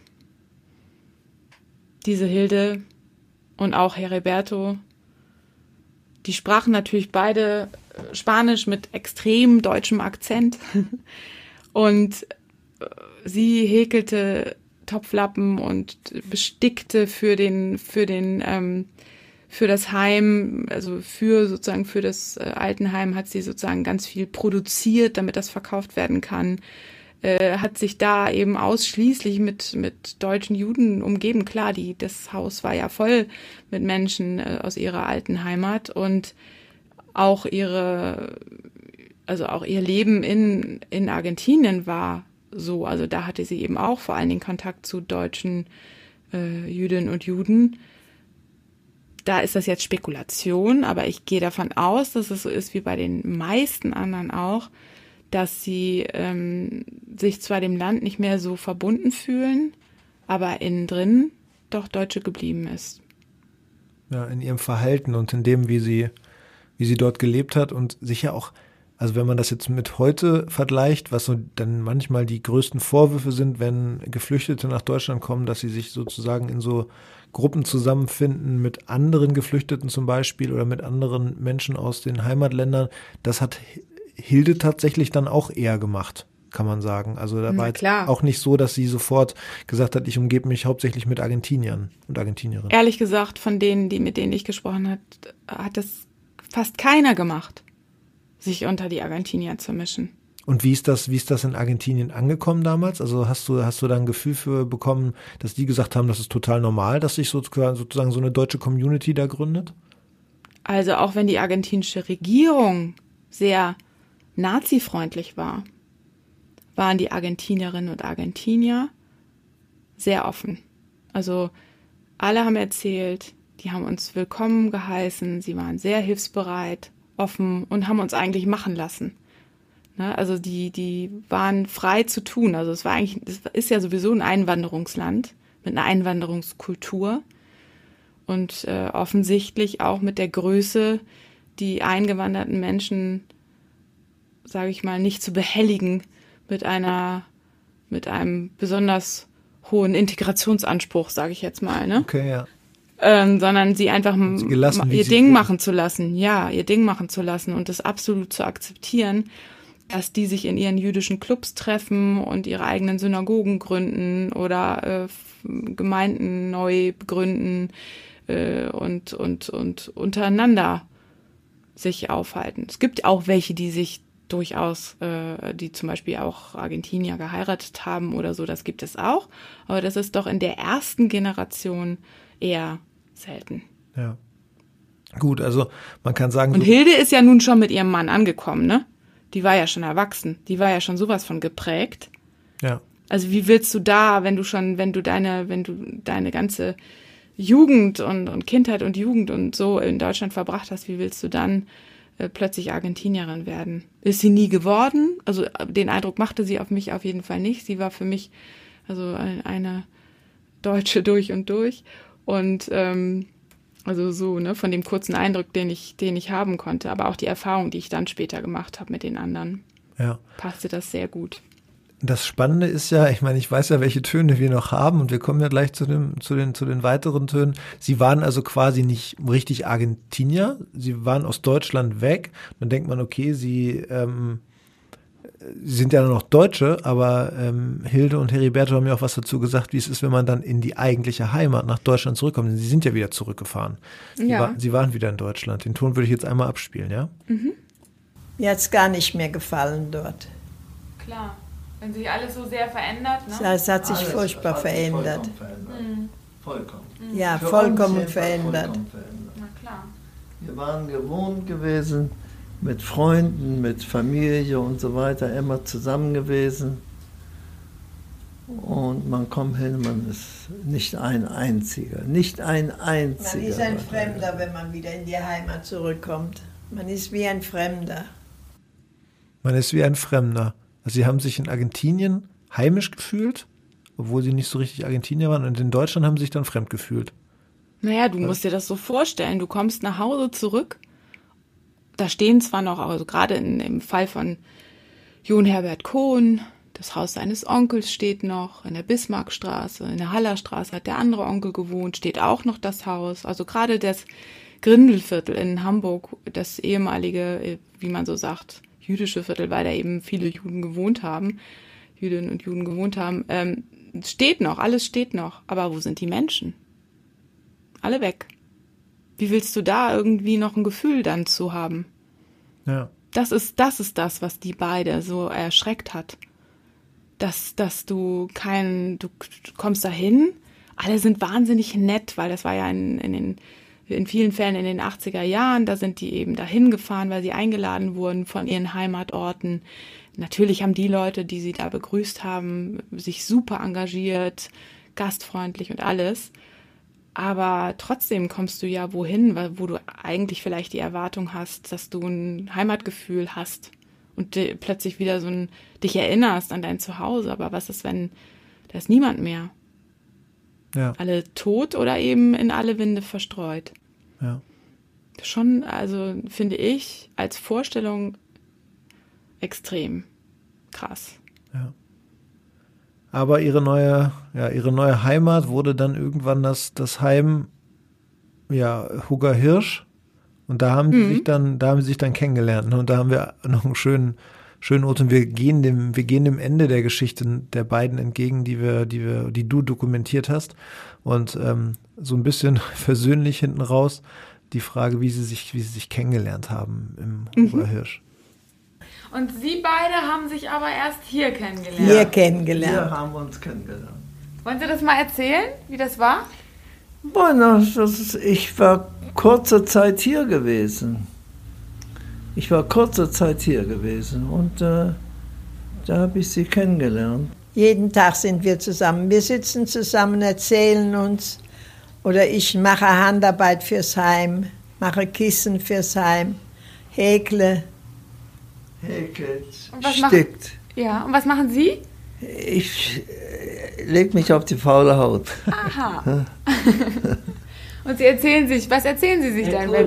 diese Hilde und auch Heriberto, die sprachen natürlich beide Spanisch mit extrem deutschem Akzent und sie häkelte Topflappen und bestickte für das Heim, also sozusagen für das Altenheim hat sie sozusagen ganz viel produziert, damit das verkauft werden kann. hat sich da eben ausschließlich mit deutschen Juden umgeben. Klar, das Haus war ja voll mit Menschen aus ihrer alten Heimat und auch ihr Leben in Argentinien war so. Also da hatte sie eben auch vor allen Dingen Kontakt zu deutschen Jüdinnen und Juden. Da ist das jetzt Spekulation, aber ich gehe davon aus, dass es so ist wie bei den meisten anderen auch, dass sie sich zwar dem Land nicht mehr so verbunden fühlen, aber innen drin doch Deutsche geblieben ist. Ja, in ihrem Verhalten und in dem, wie sie dort gelebt hat und sicher auch, also wenn man das jetzt mit heute vergleicht, was so dann manchmal die größten Vorwürfe sind, wenn Geflüchtete nach Deutschland kommen, dass sie sich sozusagen in so Gruppen zusammenfinden mit anderen Geflüchteten zum Beispiel oder mit anderen Menschen aus den Heimatländern, das hat Hilde tatsächlich dann auch eher gemacht, kann man sagen. Also da war jetzt auch nicht so, dass sie sofort gesagt hat, ich umgebe mich hauptsächlich mit Argentiniern und Argentinierinnen. Ehrlich gesagt, von denen, mit denen ich gesprochen habe, hat das fast keiner gemacht, sich unter die Argentinier zu mischen. Und wie ist das in Argentinien angekommen damals? Also hast du da ein Gefühl für bekommen, dass die gesagt haben, das ist total normal, dass sich sozusagen so eine deutsche Community da gründet? Also auch wenn die argentinische Regierung sehr nazifreundlich war, waren die Argentinierinnen und Argentinier sehr offen. Also alle haben erzählt, die haben uns willkommen geheißen, sie waren sehr hilfsbereit, offen und haben uns eigentlich machen lassen. Ne? Also die waren frei zu tun. Also es ist ja sowieso ein Einwanderungsland mit einer Einwanderungskultur und offensichtlich auch mit der Größe, die eingewanderten Menschen, sage ich mal, nicht zu behelligen mit einem besonders hohen Integrationsanspruch, sage ich jetzt mal, ne? Okay, ja. Sondern sie einfach ihr Ding machen zu lassen. Ja, ihr Ding machen zu lassen und das absolut zu akzeptieren, dass die sich in ihren jüdischen Clubs treffen und ihre eigenen Synagogen gründen oder Gemeinden neu gründen und untereinander sich aufhalten. Es gibt auch welche, die sich durchaus, die zum Beispiel auch Argentinier geheiratet haben oder so, das gibt es auch. Aber das ist doch in der ersten Generation eher selten. Ja. Gut, also man kann sagen... Und Hilde ist ja nun schon mit ihrem Mann angekommen, ne? Die war ja schon erwachsen. Die war ja schon sowas von geprägt. Ja. Also wie willst du da, wenn du deine ganze Jugend und Kindheit und Jugend und so in Deutschland verbracht hast, wie willst du dann plötzlich Argentinierin werden? Ist sie nie geworden? Also den Eindruck machte sie auf mich auf jeden Fall nicht. Sie war für mich also eine Deutsche durch und durch. Und also so, ne, von dem kurzen Eindruck, den ich haben konnte, aber auch die Erfahrung, die ich dann später gemacht habe mit den anderen, passte das sehr gut. Das Spannende ist ja, ich meine, ich weiß ja, welche Töne wir noch haben und wir kommen ja gleich zu den weiteren Tönen. Sie waren also quasi nicht richtig Argentinier, sie waren aus Deutschland weg. Dann denkt man, okay, sie sind ja noch Deutsche, aber Hilde und Heriberto haben ja auch was dazu gesagt, wie es ist, wenn man dann in die eigentliche Heimat nach Deutschland zurückkommt. Denn sie sind ja wieder zurückgefahren. Sie waren wieder in Deutschland. Den Ton würde ich jetzt einmal abspielen, ja? Mhm. Mir hat es gar nicht mehr gefallen dort. Klar, wenn sich alles so sehr verändert, ne? Es hat sich furchtbar verändert. Vollkommen. Ja, vollkommen verändert. Na klar. Wir waren gewohnt gewesen, mit Freunden, mit Familie und so weiter, immer zusammen gewesen. Und man kommt hin, man ist nicht ein Einziger. Nicht ein Einziger. Man ist ein Fremder, wenn man wieder in die Heimat zurückkommt. Man ist wie ein Fremder. Man ist wie ein Fremder. Also sie haben sich in Argentinien heimisch gefühlt, obwohl sie nicht so richtig Argentinier waren. Und in Deutschland haben sie sich dann fremd gefühlt. Naja, du musst dir das so vorstellen. Du kommst nach Hause zurück. Da stehen zwar noch, also gerade im Fall von John Herbert Kohn, das Haus seines Onkels steht noch, in der Bismarckstraße, in der Hallerstraße hat der andere Onkel gewohnt, steht auch noch das Haus. Also gerade das Grindelviertel in Hamburg, das ehemalige, wie man so sagt, jüdische Viertel, weil da eben viele Juden gewohnt haben, Jüdinnen und Juden gewohnt haben, steht noch, alles steht noch. Aber wo sind die Menschen? Alle weg. Wie willst du da irgendwie noch ein Gefühl dann zu haben? Ja. Das ist das, was die beide so erschreckt hat. dass du kommst dahin, alle sind wahnsinnig nett, weil das war ja in vielen Fällen in den 80er Jahren, da sind die eben dahin gefahren, weil sie eingeladen wurden von ihren Heimatorten. Natürlich haben die Leute, die sie da begrüßt haben, sich super engagiert, gastfreundlich und alles. Aber trotzdem kommst du ja wohin, wo du eigentlich vielleicht die Erwartung hast, dass du ein Heimatgefühl hast und plötzlich wieder dich erinnerst an dein Zuhause. Aber was ist, wenn da ist niemand mehr? Ja. Alle tot oder eben in alle Winde verstreut. Ja. Schon, also finde ich, als Vorstellung extrem krass. Ja. Aber ihre neue Heimat wurde dann irgendwann das Heim, Hugger Hirsch. Und da haben sie sich dann kennengelernt. Und da haben wir noch einen schönen Ort. Und wir gehen dem Ende der Geschichte der beiden entgegen, die du dokumentiert hast. Und so ein bisschen versöhnlich hinten raus die Frage, wie sie sich kennengelernt haben im Hugger Hirsch. Und Sie beide haben sich aber erst hier kennengelernt. Hier haben wir uns kennengelernt. Wollen Sie das mal erzählen, wie das war? Bueno, ich war kurze Zeit hier gewesen. Und da habe ich sie kennengelernt. Jeden Tag sind wir zusammen. Wir sitzen zusammen, erzählen uns. Oder ich mache Handarbeit fürs Heim, mache Kissen fürs Heim, häkle. Stickt. Und was machen Sie? Ich leg mich auf die faule Haut. Aha. Und was erzählen Sie sich denn?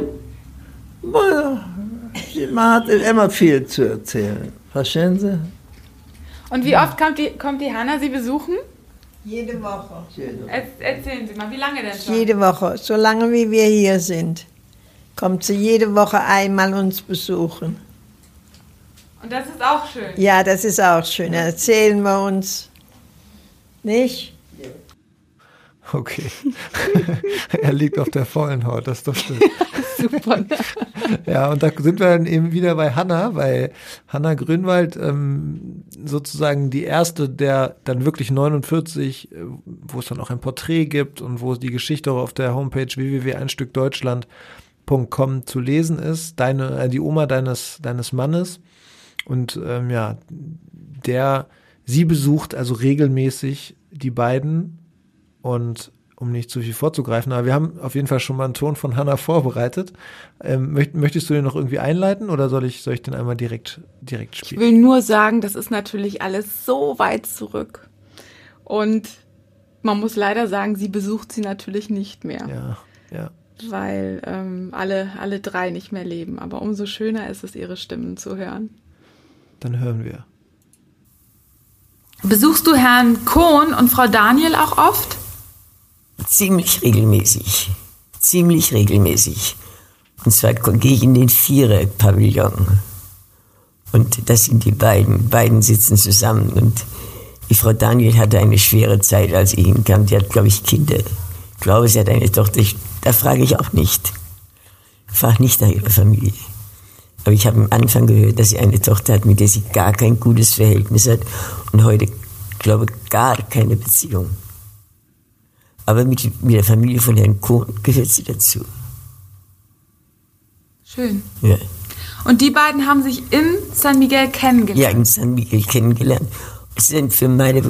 Man hat immer viel zu erzählen. Verstehen Sie? Und wie oft kommt die Hanna Sie besuchen? Jede Woche. Erzählen Sie mal, wie lange denn schon? Jede Woche, so lange wie wir hier sind. Kommt sie jede Woche einmal uns besuchen. Und das ist auch schön? Ja, das ist auch schön. Da erzählen wir uns. Nicht? Okay. Er liegt auf der vollen Haut, das ist doch schön. Super. Ja, und da sind wir dann eben wieder bei Hanna, weil Hanna Grünwald sozusagen die erste, der dann wirklich 49, wo es dann auch ein Porträt gibt und wo die Geschichte auch auf der Homepage www.einstückdeutschland.com zu lesen ist, die Oma deines Mannes. Und sie besucht also regelmäßig die beiden, und um nicht zu viel vorzugreifen, aber wir haben auf jeden Fall schon mal einen Ton von Hanna vorbereitet. Möchtest du den noch irgendwie einleiten oder soll ich den einmal direkt spielen? Ich will nur sagen, das ist natürlich alles so weit zurück. Und man muss leider sagen, sie besucht sie natürlich nicht mehr. Ja. Weil alle drei nicht mehr leben. Aber umso schöner ist es, ihre Stimmen zu hören. Dann hören wir. Besuchst du Herrn Kohn und Frau Daniel auch oft? Ziemlich regelmäßig. Und zwar gehe ich in den Vierer-Pavillon. Und das sind die beiden. Beiden sitzen zusammen. Und die Frau Daniel hatte eine schwere Zeit, als ich hinkam. Die hat, glaube ich, Kinder. Ich glaube, sie hat eine Tochter. Da frage ich auch nicht. Ich frage nicht nach ihrer Familie. Aber ich habe am Anfang gehört, dass sie eine Tochter hat, mit der sie gar kein gutes Verhältnis hat. Und heute, glaube ich, gar keine Beziehung. Aber mit der Familie von Herrn Kohn gehört sie dazu. Schön. Ja. Und die beiden haben sich in San Miguel kennengelernt? Ja, in San Miguel kennengelernt. Es ist für meine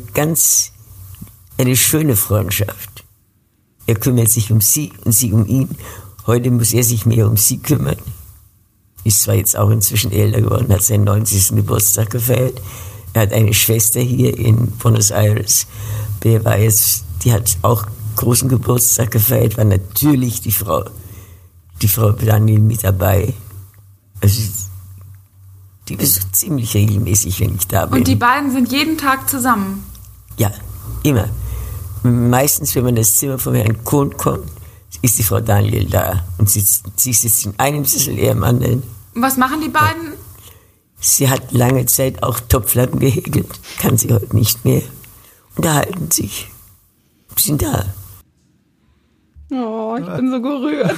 eine schöne Freundschaft. Er kümmert sich um sie und sie um ihn. Heute muss er sich mehr um sie kümmern. Ist zwar jetzt auch inzwischen älter geworden, hat seinen 90. Geburtstag gefeiert. Er hat eine Schwester hier in Buenos Aires. Die hat auch großen Geburtstag gefeiert, war natürlich die Frau Daniel mit dabei. Also die besucht ziemlich regelmäßig, wenn ich da bin. Und die beiden sind jeden Tag zusammen? Ja, immer. Meistens, wenn man in das Zimmer von Herrn Kohn kommt, ist die Frau Daniel da. Und sie sitzt in einem Sessel, er im anderen. Und was machen die beiden? Sie hat lange Zeit auch Topflappen gehäkelt, kann sie heute nicht mehr. Unterhalten sich. Sind da. Oh, ich bin so gerührt.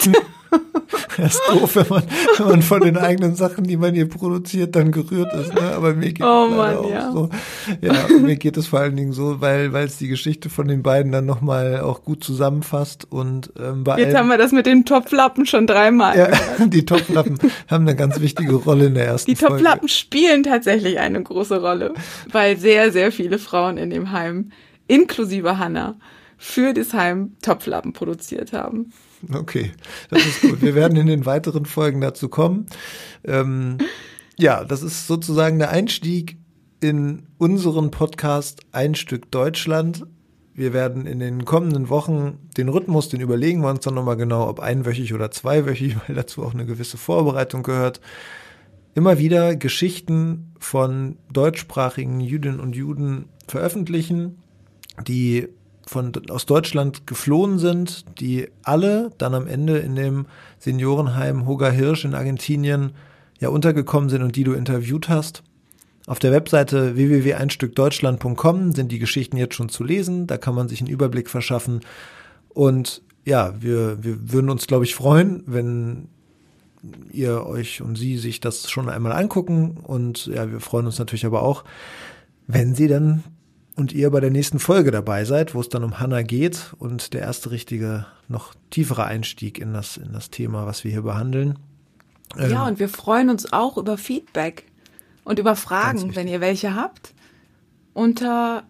Das ist doof, wenn man von den eigenen Sachen, die man hier produziert, dann gerührt ist. Ne? Aber mir geht es auch so. Ja, mir geht es vor allen Dingen so, weil es die Geschichte von den beiden dann nochmal auch gut zusammenfasst. Und jetzt haben wir das mit den Topflappen schon 3-mal. Ja, die Topflappen haben eine ganz wichtige Rolle in der ersten Folge. Die Topflappen spielen tatsächlich eine große Rolle, weil sehr, sehr viele Frauen in dem Heim, inklusive Hannah, für das Heim Topflappen produziert haben. Okay, das ist gut. Wir werden in den weiteren Folgen dazu kommen. Ja, das ist sozusagen der Einstieg in unseren Podcast Ein Stück Deutschland. Wir werden in den kommenden Wochen den Rhythmus, den überlegen wir uns dann nochmal genau, ob einwöchig oder zweiwöchig, weil dazu auch eine gewisse Vorbereitung gehört. Immer wieder Geschichten von deutschsprachigen Jüdinnen und Juden veröffentlichen, die aus Deutschland geflohen sind, die alle dann am Ende in dem Seniorenheim Hoga Hirsch in Argentinien ja untergekommen sind und die du interviewt hast. Auf der Webseite www.einstückdeutschland.com sind die Geschichten jetzt schon zu lesen, da kann man sich einen Überblick verschaffen und ja, wir würden uns, glaube ich, freuen, wenn ihr euch und sie sich das schon einmal angucken und ja, wir freuen uns natürlich aber auch, wenn sie dann und ihr bei der nächsten Folge dabei seid, wo es dann um Hannah geht und der erste richtige, noch tiefere Einstieg in das Thema, was wir hier behandeln. Ja, und wir freuen uns auch über Feedback und über Fragen, wenn ihr welche habt, unter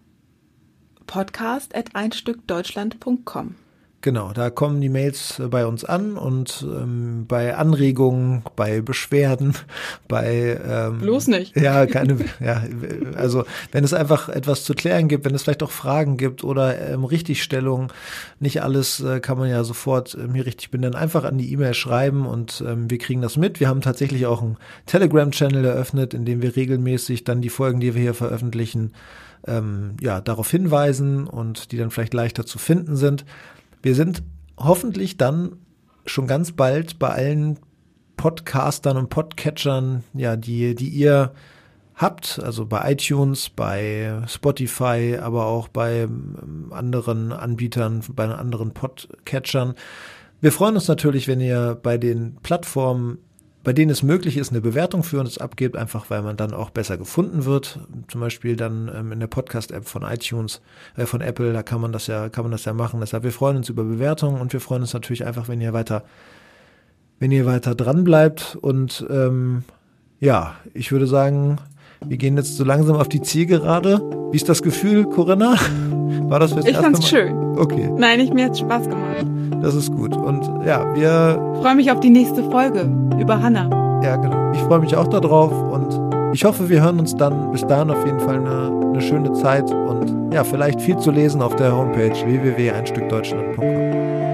podcast@einstückdeutschland.com. Genau, da kommen die Mails bei uns an und bei Anregungen, bei Beschwerden, bei bloß nicht. Ja, also wenn es einfach etwas zu klären gibt, wenn es vielleicht auch Fragen gibt oder Richtigstellung, nicht alles kann man ja sofort hier richtig benennen, einfach an die E-Mail schreiben und wir kriegen das mit. Wir haben tatsächlich auch einen Telegram-Channel eröffnet, in dem wir regelmäßig dann die Folgen, die wir hier veröffentlichen, darauf hinweisen und die dann vielleicht leichter zu finden sind. Wir sind hoffentlich dann schon ganz bald bei allen Podcastern und Podcatchern, ja, die ihr habt, also bei iTunes, bei Spotify, aber auch bei anderen Anbietern, bei anderen Podcatchern. Wir freuen uns natürlich, wenn ihr bei den Plattformen, bei denen es möglich ist, eine Bewertung für uns abgebt, einfach weil man dann auch besser gefunden wird. Zum Beispiel dann in der Podcast-App von iTunes, von Apple, da kann man das ja machen. Deshalb, wir freuen uns über Bewertungen und wir freuen uns natürlich einfach, wenn ihr weiter dran bleibt. Und ich würde sagen, wir gehen jetzt so langsam auf die Zielgerade. Wie ist das Gefühl, Corinna? War das fürs erste Mal? Ich fand's schön. Okay. Nein, mir hat's Spaß gemacht. Das ist gut. Und ja, wir freue mich auf die nächste Folge über Hannah. Ja, genau. Ich freue mich auch darauf und ich hoffe, wir hören uns dann bis dahin auf jeden Fall eine schöne Zeit und ja, vielleicht viel zu lesen auf der Homepage www.einstückdeutschland.com.